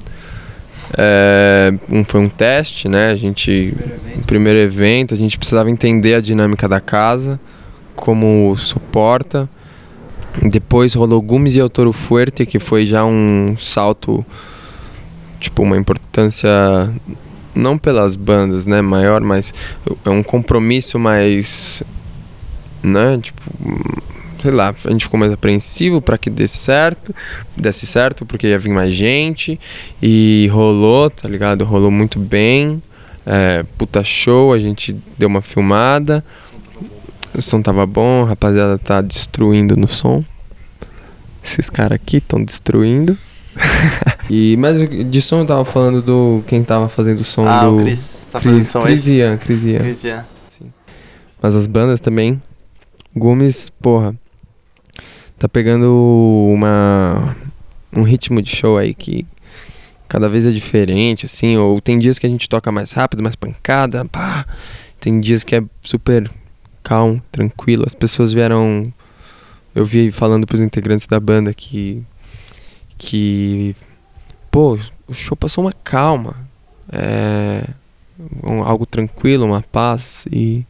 Foi um teste, né? O primeiro evento, a gente precisava entender a dinâmica da casa, como suporta. Depois rolou Gumes e El Toro Fuerte, que foi já um salto, tipo, uma importância, não pelas bandas, né, maior, mas é um compromisso mais, né, tipo, sei lá, a gente ficou mais apreensivo para que desse certo, porque ia vir mais gente, e rolou, tá ligado? Rolou muito bem, puta show, a gente deu uma filmada, o som tava bom, a rapaziada tá destruindo no som. Esses caras aqui estão destruindo. Mas de som eu tava falando do... Quem tava fazendo o som do... o Cris. Tá fazendo som Cris Ian. Sim. Mas as bandas também. Gumes, porra, tá pegando um ritmo de show aí que cada vez é diferente, assim. Ou tem dias que a gente toca mais rápido, mais pancada, pá. Tem dias que é super calmo, tranquilo. As pessoas vieram... Eu vi falando pros integrantes da banda que pô, o show passou uma calma. Algo tranquilo, uma paz. E...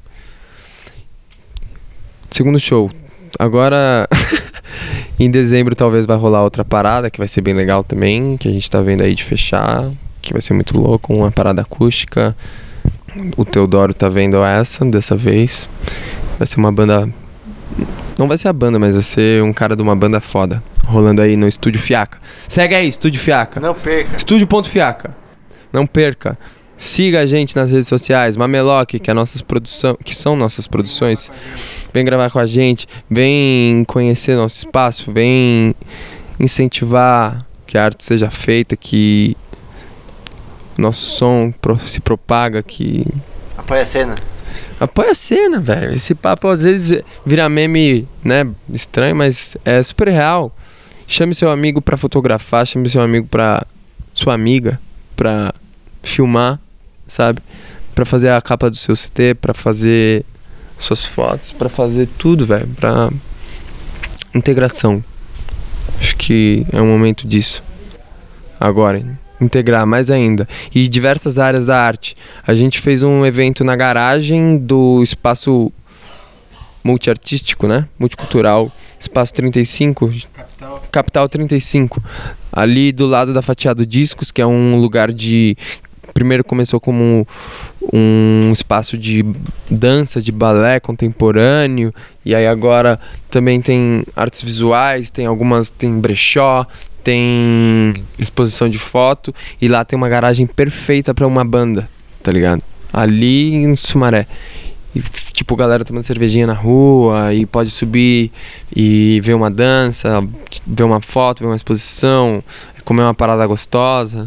Segundo show. Agora, em dezembro talvez vai rolar outra parada, que vai ser bem legal também, que a gente tá vendo aí de fechar, que vai ser muito louco, uma parada acústica. O Teodoro tá vendo dessa vez. Vai ser uma banda... Não vai ser a banda, mas vai ser um cara de uma banda foda, rolando aí no Estúdio Fiaca. Segue aí, Estúdio Fiaca. Não perca. Estúdio.fiaca. Não perca. Siga a gente nas redes sociais, Mamelock, que são nossas produções. Vem gravar com a gente, vem conhecer nosso espaço, vem incentivar que a arte seja feita, que nosso som se propaga, que... Apoia a cena. Apoia a cena, velho. Esse papo às vezes vira meme, né, estranho, mas é super real. Chame seu amigo pra fotografar, chame seu amigo pra... sua amiga, pra filmar, sabe? Pra fazer a capa do seu CT, pra fazer suas fotos, pra fazer tudo, velho. Pra integração. Acho que é um momento disso. Agora, integrar mais ainda. E diversas áreas da arte. A gente fez um evento na garagem do espaço multiartístico, né? Multicultural. Espaço 35. Capital 35. Ali do lado da Fatiado Discos, que é um lugar de... Primeiro começou como um espaço de dança, de balé contemporâneo. E aí agora também tem artes visuais, tem brechó, tem exposição de foto. E lá tem uma garagem perfeita pra uma banda, tá ligado? Ali em Sumaré. E, tipo, galera tomando cervejinha na rua e pode subir e ver uma dança, ver uma foto, ver uma exposição, comer uma parada gostosa.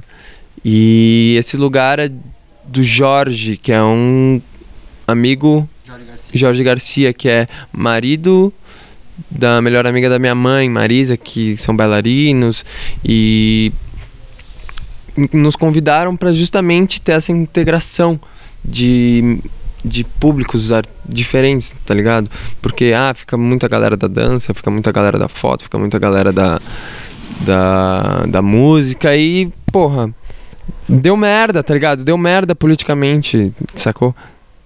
E esse lugar é do Jorge, que é um amigo, Jorge Garcia, que é marido da melhor amiga da minha mãe, Marisa, que são bailarinos, e nos convidaram para justamente ter essa integração de públicos diferentes, tá ligado? Porque fica muita galera da dança, fica muita galera da foto, fica muita galera da música e, porra, deu merda, tá ligado? Deu merda politicamente, sacou?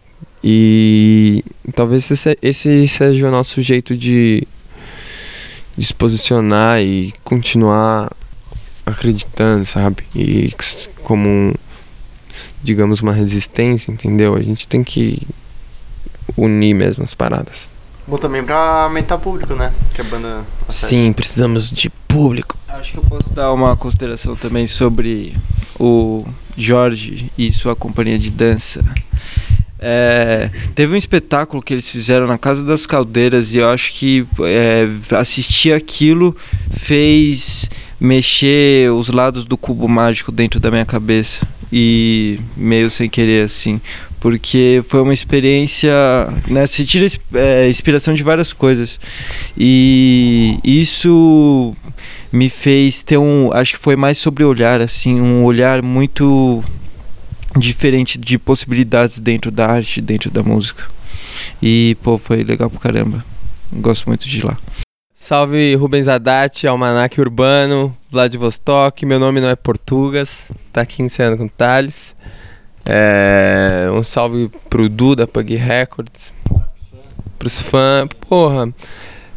E talvez esse seja o nosso jeito de se posicionar e continuar acreditando, sabe? E como, digamos, uma resistência, entendeu? A gente tem que unir mesmo as paradas. Bom também pra aumentar o público, né? Que a banda acessa. Sim, precisamos de público. Acho que eu posso dar uma consideração também sobre o Jorge e sua companhia de dança. Teve um espetáculo que eles fizeram na Casa das Caldeiras e eu acho que assistir aquilo fez mexer os lados do cubo mágico dentro da minha cabeça, e meio sem querer assim, porque foi uma experiência, né, você tira inspiração de várias coisas, e isso me fez ter acho que foi mais sobre olhar, assim, um olhar muito diferente de possibilidades dentro da arte, dentro da música. E, pô, foi legal pra caramba. Gosto muito de ir lá. Salve Rubens Haddad, Almanac Urbano, Vladivostok. Meu nome não é Portugas, tá aqui ensaiando com o Thales. Um salve pro Du da Pug Records, pros fãs. Porra,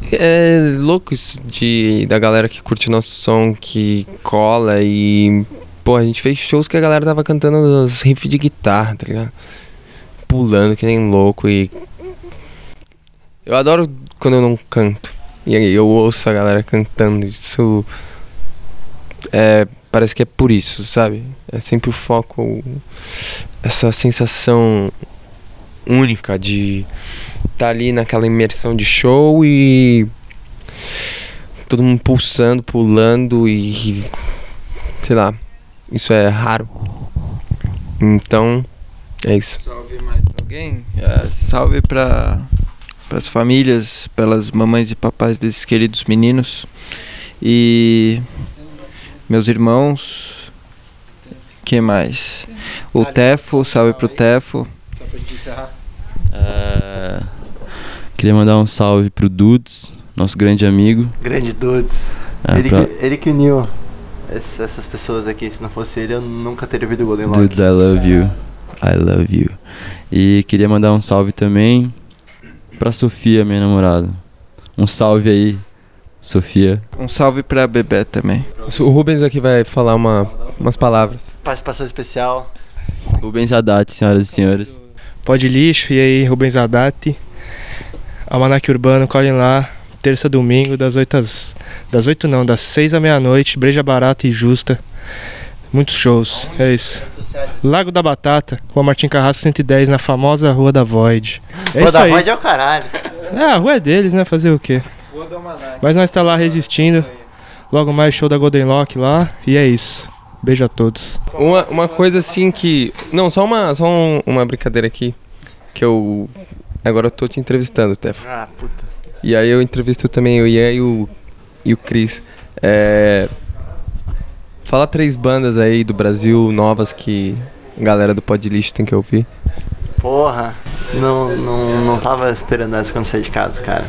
É louco isso da galera que curte o nosso som, que cola e... Pô, a gente fez shows que a galera tava cantando os riffs de guitarra, tá ligado? Pulando que nem louco e... Eu adoro quando eu não canto. E aí eu ouço a galera cantando, isso... Parece que é por isso, sabe? É sempre o foco, essa sensação única de estar ali naquela imersão de show e todo mundo pulsando, pulando e sei lá, isso é raro. Então, é isso. Salve mais pra alguém? Salve para as famílias, pelas mamães e papais desses queridos meninos e meus irmãos. Quem mais? O Tefo, salve pro Tefo. Só pra gente encerrar. Queria mandar um salve pro Dudes, nosso grande amigo. Grande Dudes. Ele que uniu essas pessoas aqui. Se não fosse ele, eu nunca teria ouvido o Golden Lock. Dudes, I love you. I love you. E queria mandar um salve também pra Sofia, minha namorada. Um salve aí, Sofia. Um salve pra Bebé também. O Rubens aqui vai falar umas palavras. Participação especial. Rubens Haddad, senhoras e senhores. Pode Lixo, e aí, Rubens Haddad. Almanac Urbano, colhem lá. Terça, domingo, das 6 à meia-noite. Breja barata e justa. Muitos shows, é isso. Lago da Batata, Rua Martim Carrasco 110, na famosa Rua da Void. Rua da Void é o caralho. A rua é deles, né? Fazer o quê? Mas nós tá lá resistindo. Logo mais show da Golden Lock lá. E é isso. Beijo a todos. Uma coisa assim que... Não, só uma brincadeira aqui. Que eu... Agora eu tô te entrevistando, Tefo. Ah, puta. E aí eu entrevisto também o Ian e o Chris. Fala 3 bandas aí do Brasil, novas, que a galera do Pod Lixo tem que ouvir. Porra, não tava esperando essa quando saí de casa, cara.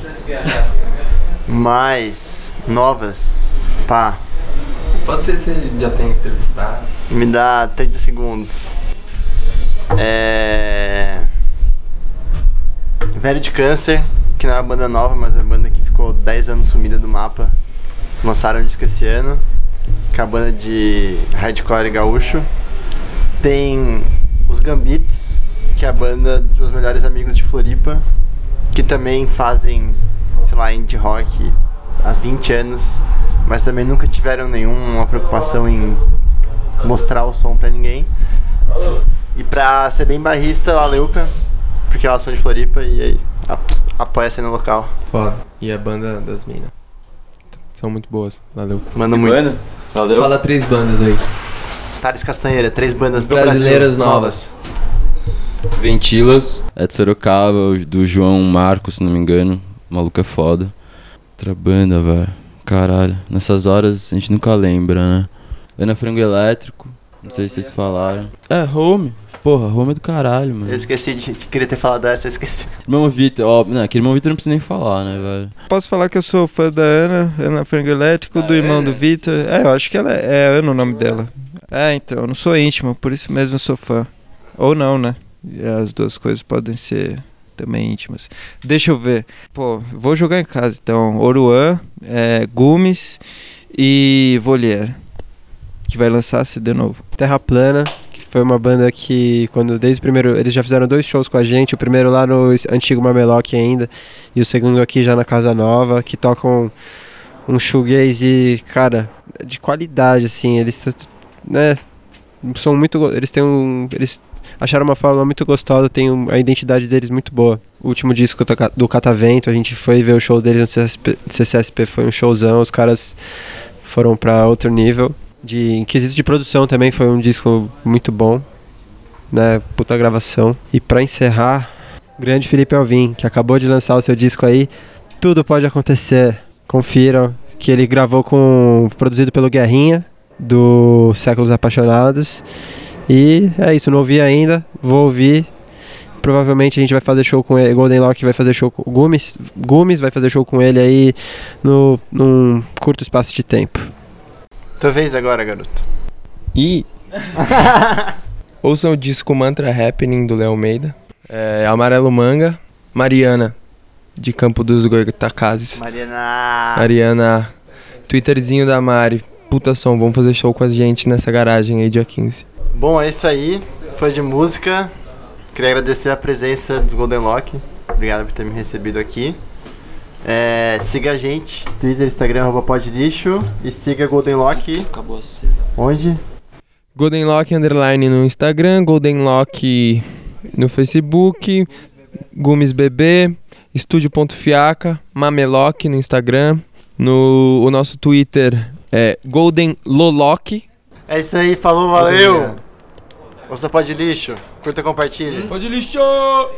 Mas, novas, pá. Pode ser que você já tenha entrevistado. Me dá 30 segundos. Velho de Câncer, que não é uma banda nova, mas é uma banda que ficou 10 anos sumida do mapa. Lançaram um disco esse ano, que é a banda de hardcore gaúcho. Tem os Gambitos, que é a banda dos melhores amigos de Floripa, que também fazem, sei lá, indie rock há 20 anos, mas também nunca tiveram nenhuma preocupação em mostrar o som pra ninguém. E pra ser bem barrista, a Leuca, porque elas são de Floripa e aí apoia a cena local. Foda. E a banda das minas. São muito boas, valeu. Manda muito. Banda? Valeu. Fala 3 bandas aí. Thales Castanheira, 3 bandas do Brasileiras Brasil novas. Ventilas, é de Sorocaba, do João Marcos, se não me engano. O maluco é foda. Outra banda, velho. Caralho. Nessas horas a gente nunca lembra, né? Ana Frango Elétrico, não sei se vocês falaram. Home. Porra, Home é do caralho, mano. Eu esqueci de querer ter falado essa, eu esqueci. Irmão Vitor, ó, não, aquele irmão Vitor não precisa nem falar, né, velho? Posso falar que eu sou fã da Ana Frango Elétrico, do irmão do Vitor. Eu acho que ela é Ana o nome dela. Então, eu não sou íntimo, por isso mesmo eu sou fã. Ou não, né? As duas coisas podem ser também íntimas. Deixa eu ver. Pô, vou jogar em casa, então. Oruan, Gumes e Volière, que vai lançar CD novo. Terra Plana, que foi uma banda que, desde o primeiro, eles já fizeram 2 shows com a gente, o primeiro lá no antigo Mamelock ainda, e o segundo aqui já na Casa Nova, que tocam um shoegaze, cara, de qualidade, assim, eles, né, são muito, eles acharam uma fórmula muito gostosa, tem a identidade deles muito boa. O último disco do Catavento, a gente foi ver o show deles no CCSP, foi um showzão, os caras foram pra outro nível. Em quesito de produção também foi um disco muito bom, né, puta gravação. E pra encerrar, grande Felipe Alvim, que acabou de lançar o seu disco aí, Tudo Pode Acontecer, confiram, que ele gravou produzido pelo Guerrinha, do Séculos Apaixonados. E é isso, não ouvi ainda, vou ouvir. Provavelmente a gente vai fazer show com ele, Golden Lock vai fazer show com o Gumes vai fazer show com ele aí num curto espaço de tempo. Tua vez agora, garoto. E ouçam o disco Mantra Happening do Léo Almeida. Amarelo Manga, Mariana, de Campo dos Goitacazes. Mariana. Mariana, Twitterzinho da Mari. Puta som, vamos fazer show com a gente nessa garagem aí dia 15. Bom, é isso aí. Fã de música. Queria agradecer a presença dos Golden Lock. Obrigado por ter me recebido aqui. Siga a gente, Twitter, Instagram, @podlixo. E siga Golden Lock. Acabou assim. Onde? Golden Lock _ no Instagram, Golden Lock no Facebook, Gumes BB, Estúdio.fiaca, Mamelock no Instagram. O nosso Twitter é Golden Lolock. É isso aí, falou, valeu! Ouça Pode Lixo, curta, compartilhe. Pode lixo!